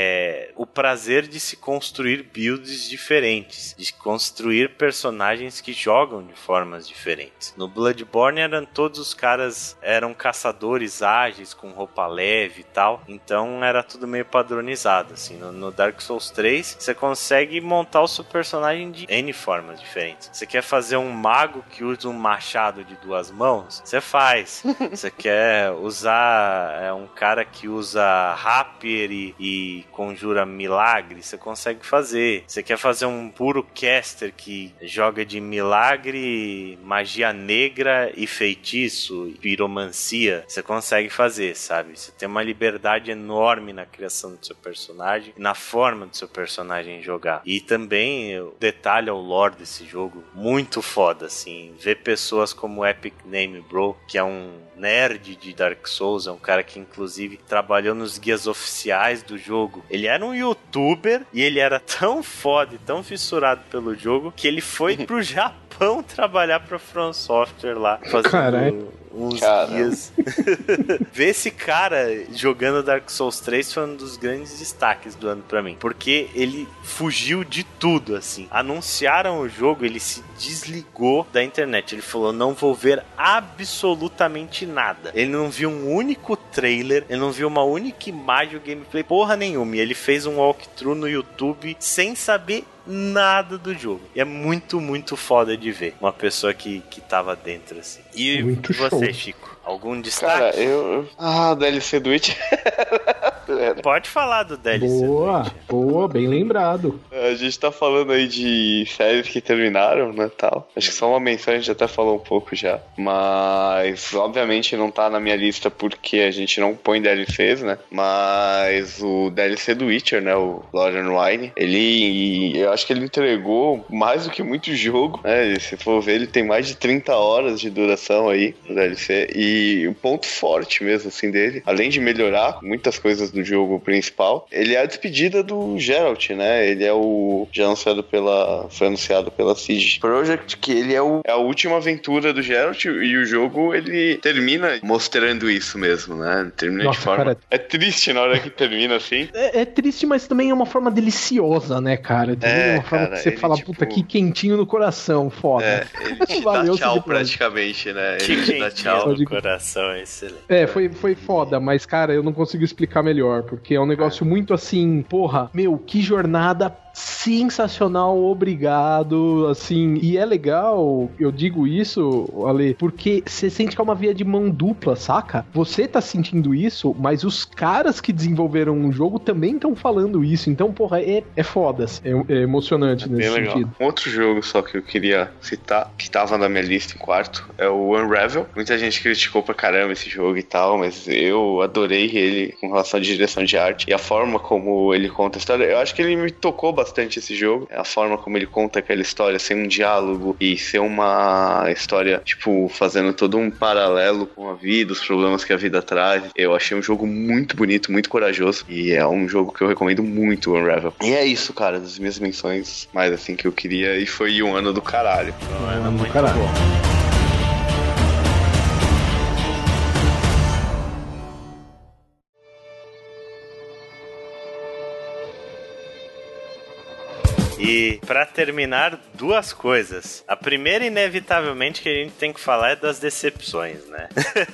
é o prazer de se construir builds diferentes, de construir personagens que jogam de formas diferentes. No Bloodborne todos os caras eram caçadores mais ágeis, com roupa leve e tal. Então era tudo meio padronizado, assim. No Dark Souls 3, você consegue montar o seu personagem de N formas diferentes. Você quer fazer um mago que usa um machado de 2 mãos? Você faz. Você quer usar um cara que usa rapier e conjura milagre? Você consegue fazer. Você quer fazer um puro caster que joga de milagre, magia negra e feitiço, e piromancia? Você consegue fazer, sabe? Você tem uma liberdade enorme na criação do seu personagem, na forma do seu personagem jogar. E também o detalhe ao lore desse jogo, muito foda, assim. Ver pessoas como o Epic Name Bro, que é um nerd de Dark Souls, é um cara que inclusive trabalhou nos guias oficiais do jogo. Ele era um youtuber e ele era tão foda e tão fissurado pelo jogo que ele foi pro Japão trabalhar pra From Software lá, fazendo uns guias. Ver esse cara jogando Dark Souls 3 foi um dos grandes destaques do ano pra mim, porque ele fugiu de tudo, assim. Anunciaram o jogo, ele se desligou da internet. Ele falou, não vou ver absolutamente nada. Ele não viu um único trailer, ele não viu uma única imagem ou gameplay, porra nenhuma. E ele fez um walkthrough no YouTube sem saber nada do jogo. E é muito, muito foda de ver uma pessoa que tava dentro, assim. E muito você, show. Chico? Algum destaque? Cara, DLC do Witcher. Pode falar do DLC do Witcher. Boa, bem lembrado. A gente tá falando aí de séries que terminaram, né, tal. Acho que só uma menção, a gente até falou um pouco já. Mas, obviamente, não tá na minha lista porque a gente não põe DLCs, né. Mas o DLC do Witcher, né, o Blood and Wine, eu acho que ele entregou mais do que muito jogo, né. Se for ver, ele tem mais de 30 horas de duração aí, no DLC. E o ponto forte mesmo, assim, dele, além de melhorar muitas coisas do jogo principal, ele é a despedida do Geralt, né? Ele é foi anunciado pela CD Projekt, que ele é a última aventura do Geralt, e o jogo, ele termina mostrando isso mesmo, né? Termina de forma... Cara, é triste na hora que termina, assim. É triste, mas também é uma forma deliciosa, né, cara? É uma forma que você fala, puta, que quentinho no coração, foda. Ele te dá tchau praticamente, né? Ele te dá tchau no coração, é excelente. Foi foda, mas, cara, eu não consigo explicar melhor, porque é um negócio muito assim, porra, meu, que jornada sensacional, obrigado, assim, e é legal, eu digo isso, Ale, porque você sente que é uma via de mão dupla, saca? Você tá sentindo isso, mas os caras que desenvolveram o jogo também estão falando isso, então, porra, é foda, é emocionante nesse sentido. Outro jogo só que eu queria citar, que tava na minha lista em quarto, é o Unravel. Muita gente criticou pra caramba esse jogo e tal, mas eu adorei ele com relação à direção de arte e a forma como ele conta a história. Eu acho que ele me tocou bastante esse jogo, a forma como ele conta aquela história sem um diálogo e ser uma história, tipo, fazendo todo um paralelo com a vida, os problemas que a vida traz. Eu achei um jogo muito bonito, muito corajoso, e é um jogo que eu recomendo muito, o Unravel. E é isso, cara, das minhas menções mais assim que eu queria, e foi um ano do caralho. Um ano muito bom. E pra terminar, 2 coisas. A primeira, inevitavelmente, que a gente tem que falar é das decepções, né?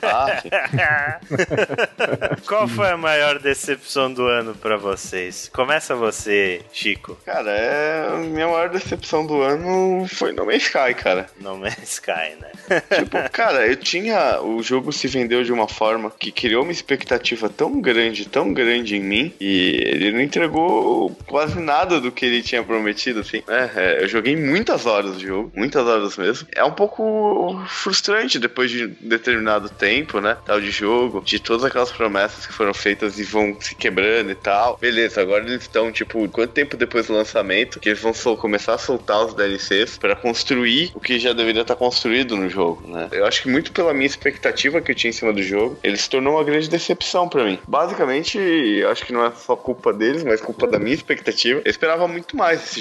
Qual foi a maior decepção do ano pra vocês? Começa você, Chico. Cara, a minha maior decepção do ano foi No Man's Sky, cara. No Man's Sky, né? Tipo, cara, o jogo se vendeu de uma forma que criou uma expectativa tão grande em mim, e ele não entregou quase nada do que ele tinha prometido, assim. Eu joguei muitas horas de jogo, muitas horas mesmo. É um pouco frustrante depois de determinado tempo, né, tal de jogo, de todas aquelas promessas que foram feitas e vão se quebrando e tal. Beleza, agora eles estão, tipo, quanto tempo depois do lançamento que eles vão começar a soltar os DLCs pra construir o que já deveria estar construído no jogo, né? Eu acho que muito pela minha expectativa que eu tinha em cima do jogo, ele se tornou uma grande decepção pra mim. Basicamente, eu acho que não é só culpa deles, mas culpa da minha expectativa. Eu esperava muito mais esse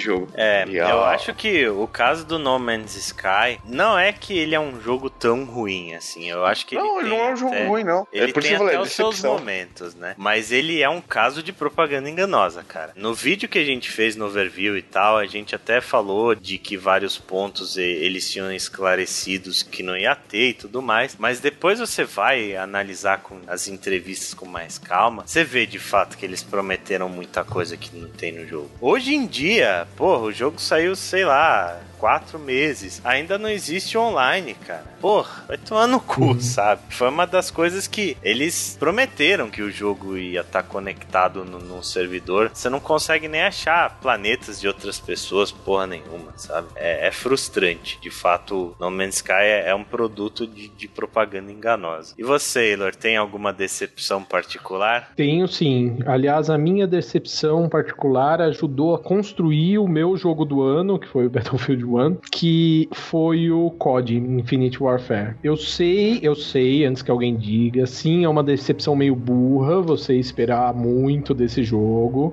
jogo. Eu acho que o caso do No Man's Sky não é que ele é um jogo tão ruim, assim. Eu acho que ele não é um jogo ruim, não. Ele tem até os seus momentos, né? Mas ele é um caso de propaganda enganosa, cara. No vídeo que a gente fez no overview e tal, a gente até falou de que vários pontos eles tinham esclarecidos que não ia ter e tudo mais, mas depois você vai analisar com as entrevistas com mais calma, você vê de fato que eles prometeram muita coisa que não tem no jogo. Hoje em dia, porra, o jogo saiu, sei lá, 4 meses. Ainda não existe online, cara. Porra, vai tomar no cu, sabe? Foi uma das coisas que eles prometeram que o jogo ia estar conectado num servidor. Você não consegue nem achar planetas de outras pessoas, porra nenhuma, sabe? É frustrante. De fato, No Man's Sky é um produto de propaganda enganosa. E você, Eilor, tem alguma decepção particular? Tenho sim. Aliás, a minha decepção particular ajudou a construir o meu jogo do ano, que foi o Battlefield 1, que foi o COD, Infinite Warfare. Eu sei, antes que alguém diga, sim, é uma decepção meio burra você esperar muito desse jogo,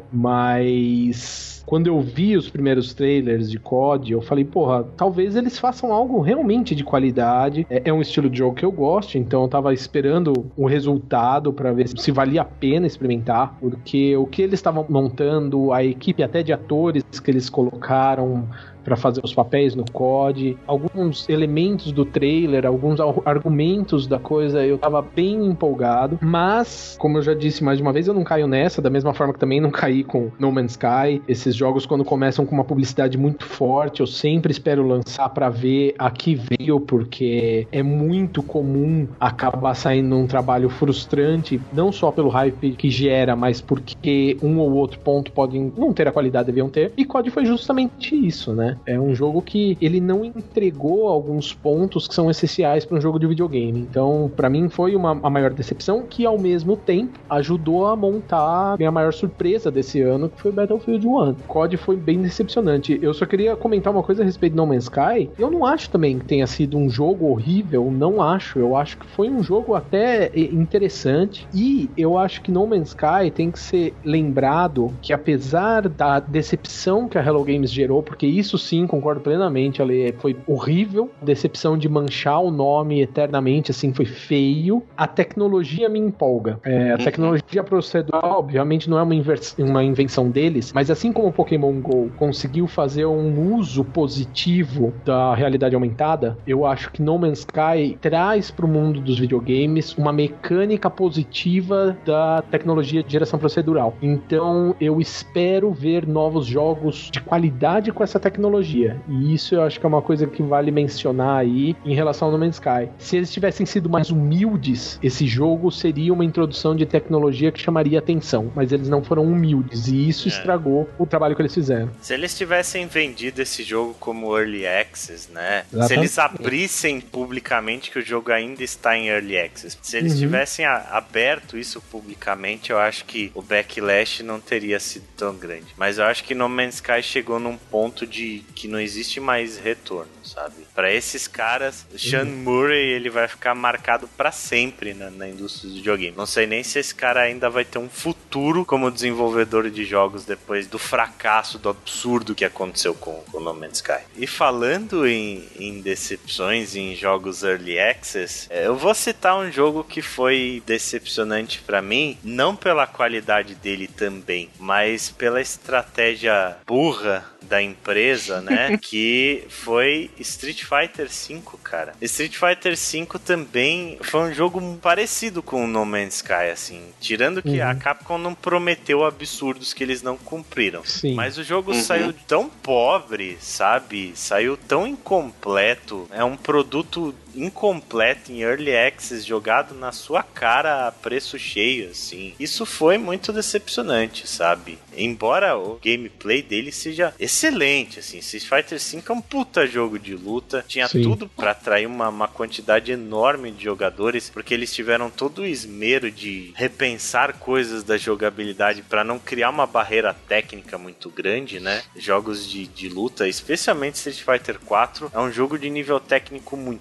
mas quando eu vi os primeiros trailers de COD, eu falei, porra, talvez eles façam algo realmente de qualidade. É um estilo de jogo que eu gosto, então eu tava esperando o resultado pra ver se valia a pena experimentar, porque o que eles estavam montando, a equipe até de atores que eles colocaram para fazer os papéis no COD, alguns elementos do trailer, alguns argumentos da coisa, eu tava bem empolgado, mas, como eu já disse mais de uma vez, eu não caio nessa, da mesma forma que também não caí com No Man's Sky. Esses jogos, quando começam com uma publicidade muito forte, eu sempre espero lançar para ver a que veio, porque é muito comum acabar saindo um trabalho frustrante, não só pelo hype que gera, mas porque um ou outro ponto podem não ter a qualidade que deviam ter, e COD foi justamente isso, né? É um jogo que ele não entregou alguns pontos que são essenciais para um jogo de videogame. Então, para mim, foi a maior decepção, que ao mesmo tempo ajudou a montar a minha maior surpresa desse ano, que foi Battlefield 1. COD foi bem decepcionante. Eu só queria comentar uma coisa a respeito de No Man's Sky. Eu não acho também que tenha sido um jogo horrível, não acho. Eu acho que foi um jogo até interessante, e eu acho que No Man's Sky tem que ser lembrado que, apesar da decepção que a Hello Games gerou, porque isso sim, concordo plenamente, Ale, foi horrível, decepção de manchar o nome eternamente, assim, foi feio. A tecnologia me empolga. A tecnologia procedural, obviamente, não é uma invenção deles, mas assim como o Pokémon GO conseguiu fazer um uso positivo da realidade aumentada, eu acho que No Man's Sky traz para o mundo dos videogames uma mecânica positiva da tecnologia de geração procedural. Então, eu espero ver novos jogos de qualidade com essa tecnologia. E isso eu acho que é uma coisa que vale mencionar aí em relação ao No Man's Sky. Se eles tivessem sido mais humildes, esse jogo seria uma introdução de tecnologia que chamaria atenção, mas eles não foram humildes, e isso estragou o trabalho que eles fizeram. Se eles tivessem vendido esse jogo como Early Access, né? Exatamente. Se eles abrissem publicamente que o jogo ainda está em Early Access, se eles tivessem aberto isso publicamente, eu acho que o backlash não teria sido tão grande. Mas eu acho que No Man's Sky chegou num ponto de que não existe mais retorno, sabe? Pra esses caras, Sean Murray, ele vai ficar marcado pra sempre na indústria do videogame. Não sei nem se esse cara ainda vai ter um futuro como desenvolvedor de jogos depois do fracasso, do absurdo que aconteceu com No Man's Sky. E falando em decepções em jogos Early Access, eu vou citar um jogo que foi decepcionante pra mim, não pela qualidade dele também, mas pela estratégia burra da empresa, né? Que foi Street Fighter V, cara. Street Fighter V também foi um jogo parecido com o No Man's Sky, assim. Tirando que a Capcom não prometeu absurdos que eles não cumpriram. Sim. Mas o jogo saiu tão pobre, sabe? Saiu tão incompleto. É um produto incompleto em Early Access, jogado na sua cara a preço cheio, assim. Isso foi muito decepcionante, sabe? Embora o gameplay dele seja excelente, assim. Street Fighter V é um puta jogo de luta. Tinha tudo pra atrair uma quantidade enorme de jogadores, porque eles tiveram todo o esmero de repensar coisas da jogabilidade pra não criar uma barreira técnica muito grande, né? Jogos de luta, especialmente Street Fighter 4, é um jogo de nível técnico muito alto.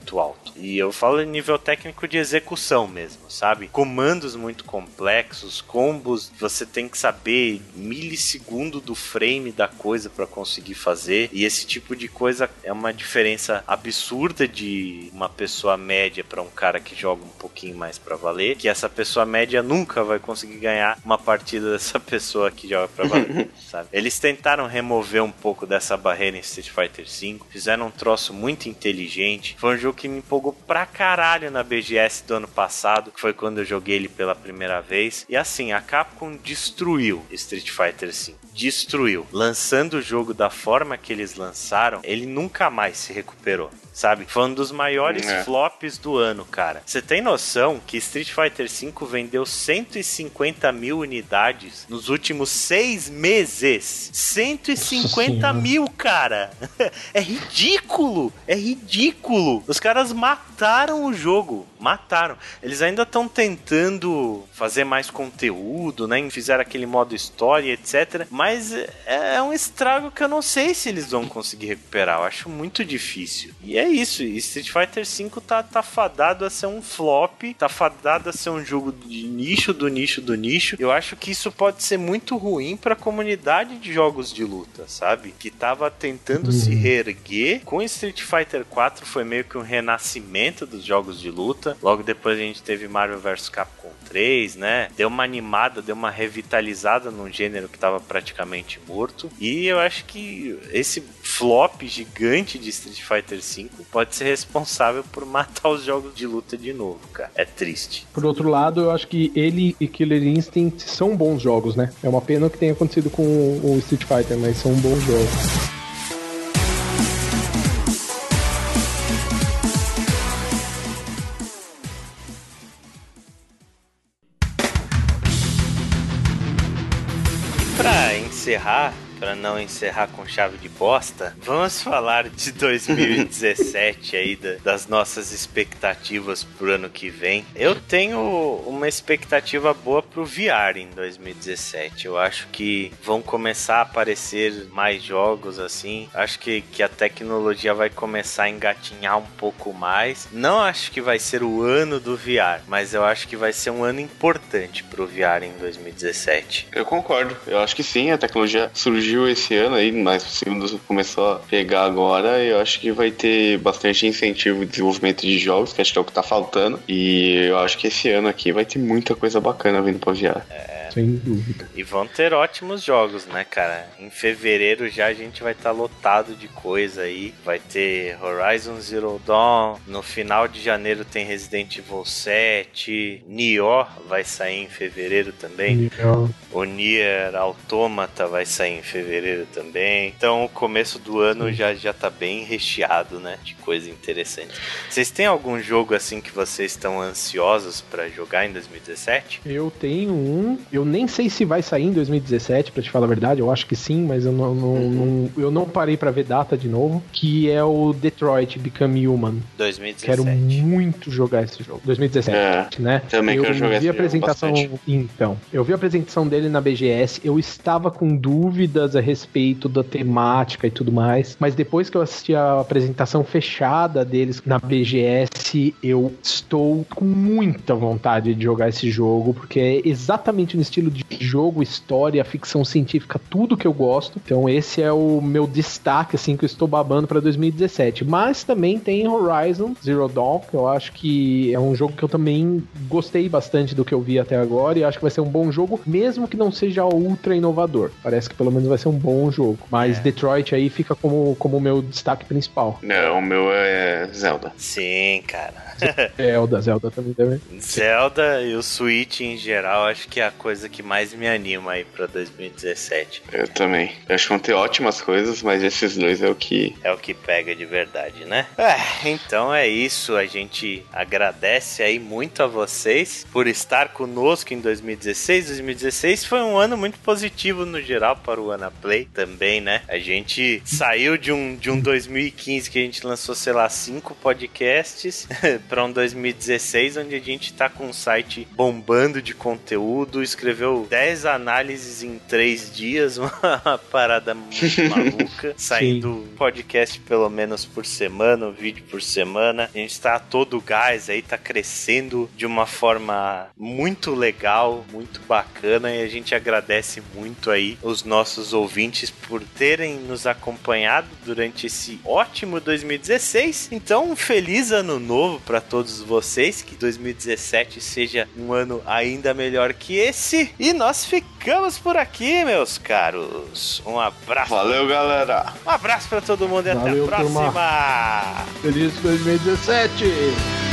alto. E eu falo em nível técnico de execução mesmo, sabe? Comandos muito complexos, combos, você tem que saber milissegundo do frame da coisa pra conseguir fazer. E esse tipo de coisa é uma diferença absurda de uma pessoa média pra um cara que joga um pouquinho mais pra valer, que essa pessoa média nunca vai conseguir ganhar uma partida dessa pessoa que joga pra valer, sabe? Eles tentaram remover um pouco dessa barreira em Street Fighter V, fizeram um troço muito inteligente. Foi um jogo que me empolgou pra caralho na BGS do ano passado, que foi quando eu joguei ele pela primeira vez. E assim, a Capcom destruiu Street Fighter V. Destruiu. Lançando o jogo da forma que eles lançaram, ele nunca mais se recuperou, sabe? Foi um dos maiores flops do ano, cara. Você tem noção que Street Fighter V vendeu 150 mil unidades nos últimos 6 meses? 150 mil, cara! É ridículo! É ridículo! Os caras mataram o jogo. Mataram. Eles ainda estão tentando fazer mais conteúdo, né? Fizeram aquele modo história, etc. Mas é um estrago que eu não sei se eles vão conseguir recuperar. Eu acho muito difícil. E é isso. Street Fighter V tá fadado a ser um flop. Tá fadado a ser um jogo de nicho do nicho do nicho. Eu acho que isso pode ser muito ruim pra comunidade de jogos de luta, sabe? Que tava tentando se reerguer. Com Street Fighter 4 foi meio que um renascimento dos jogos de luta. Logo depois a gente teve Marvel vs Capcom 3, né? Deu uma animada, deu uma revitalizada num gênero que tava praticamente morto. E eu acho que esse flop gigante de Street Fighter V pode ser responsável por matar os jogos de luta de novo, cara. É triste. Por outro lado, eu acho que ele e Killer Instinct são bons jogos, né? É uma pena o que tenha acontecido com o Street Fighter, mas são bons jogos. Pra encerrar, pra não encerrar com chave de bosta, vamos falar de 2017 aí, das nossas expectativas pro ano que vem. Eu tenho uma expectativa boa pro VR em 2017. Eu acho que vão começar a aparecer mais jogos assim. Acho que a tecnologia vai começar a engatinhar um pouco mais. Não acho que vai ser o ano do VR, mas eu acho que vai ser um ano importante pro VR em 2017. Eu concordo. Eu acho que sim, a tecnologia surgiu esse ano aí, mas o segundo começou a pegar agora, e eu acho que vai ter bastante incentivo de desenvolvimento de jogos, que acho que é o que tá faltando, e eu acho que esse ano aqui vai ter muita coisa bacana vindo pra VR. Sem dúvida. E vão ter ótimos jogos, né, cara? Em fevereiro já a gente vai estar lotado de coisa aí. Vai ter Horizon Zero Dawn. No final de janeiro tem Resident Evil 7. Nioh vai sair em fevereiro também. O Nier Automata vai sair em fevereiro também. Então o começo do ano já tá bem recheado, né? De coisa interessante. Vocês têm algum jogo assim que vocês estão ansiosos pra jogar em 2017? Eu tenho um. Eu nem sei se vai sair em 2017, pra te falar a verdade. Eu acho que sim, mas eu não parei pra ver data de novo. Que é o Detroit Become Human. 2017. Quero muito jogar esse jogo. 2017, né? Também quero jogar esse jogo. Então, eu vi a apresentação dele na BGS. Eu estava com dúvidas a respeito da temática e tudo mais. Mas depois que eu assisti a apresentação fechada deles na BGS, eu estou com muita vontade de jogar esse jogo, porque é exatamente no estilo de jogo, história, ficção científica, tudo que eu gosto. Então esse é o meu destaque, assim, que eu estou babando para 2017. Mas também tem Horizon Zero Dawn, que eu acho que é um jogo que eu também gostei bastante do que eu vi até agora, e acho que vai ser um bom jogo, mesmo que não seja ultra inovador. Parece que pelo menos vai ser um bom jogo. Mas Detroit aí fica como o meu destaque principal. Não, o meu é Zelda. Sim, cara. Zelda também deve. Zelda e o Switch em geral, acho que é a coisa que mais me anima aí pra 2017. Eu também. Eu acho que vão ter ótimas coisas, mas esses dois é o que... É o que pega de verdade, né? Então é isso. A gente agradece aí muito a vocês por estar conosco em 2016. 2016 foi um ano muito positivo no geral para o Anaplay também, né? A gente saiu de um 2015 que a gente lançou, sei lá, 5 podcasts para um 2016 onde a gente tá com um site bombando de conteúdo, escrevendo escreveu 10 análises em 3 dias, uma parada maluca, saindo podcast pelo menos por semana, um vídeo por semana. A gente tá todo gás aí, tá crescendo de uma forma muito legal, muito bacana, e a gente agradece muito aí os nossos ouvintes por terem nos acompanhado durante esse ótimo 2016. Então, um feliz ano novo para todos vocês, que 2017 seja um ano ainda melhor que esse, e nós ficamos por aqui, meus caros. Um abraço. Valeu, galera. Um abraço para todo mundo e até a próxima. Turma. Feliz 2017.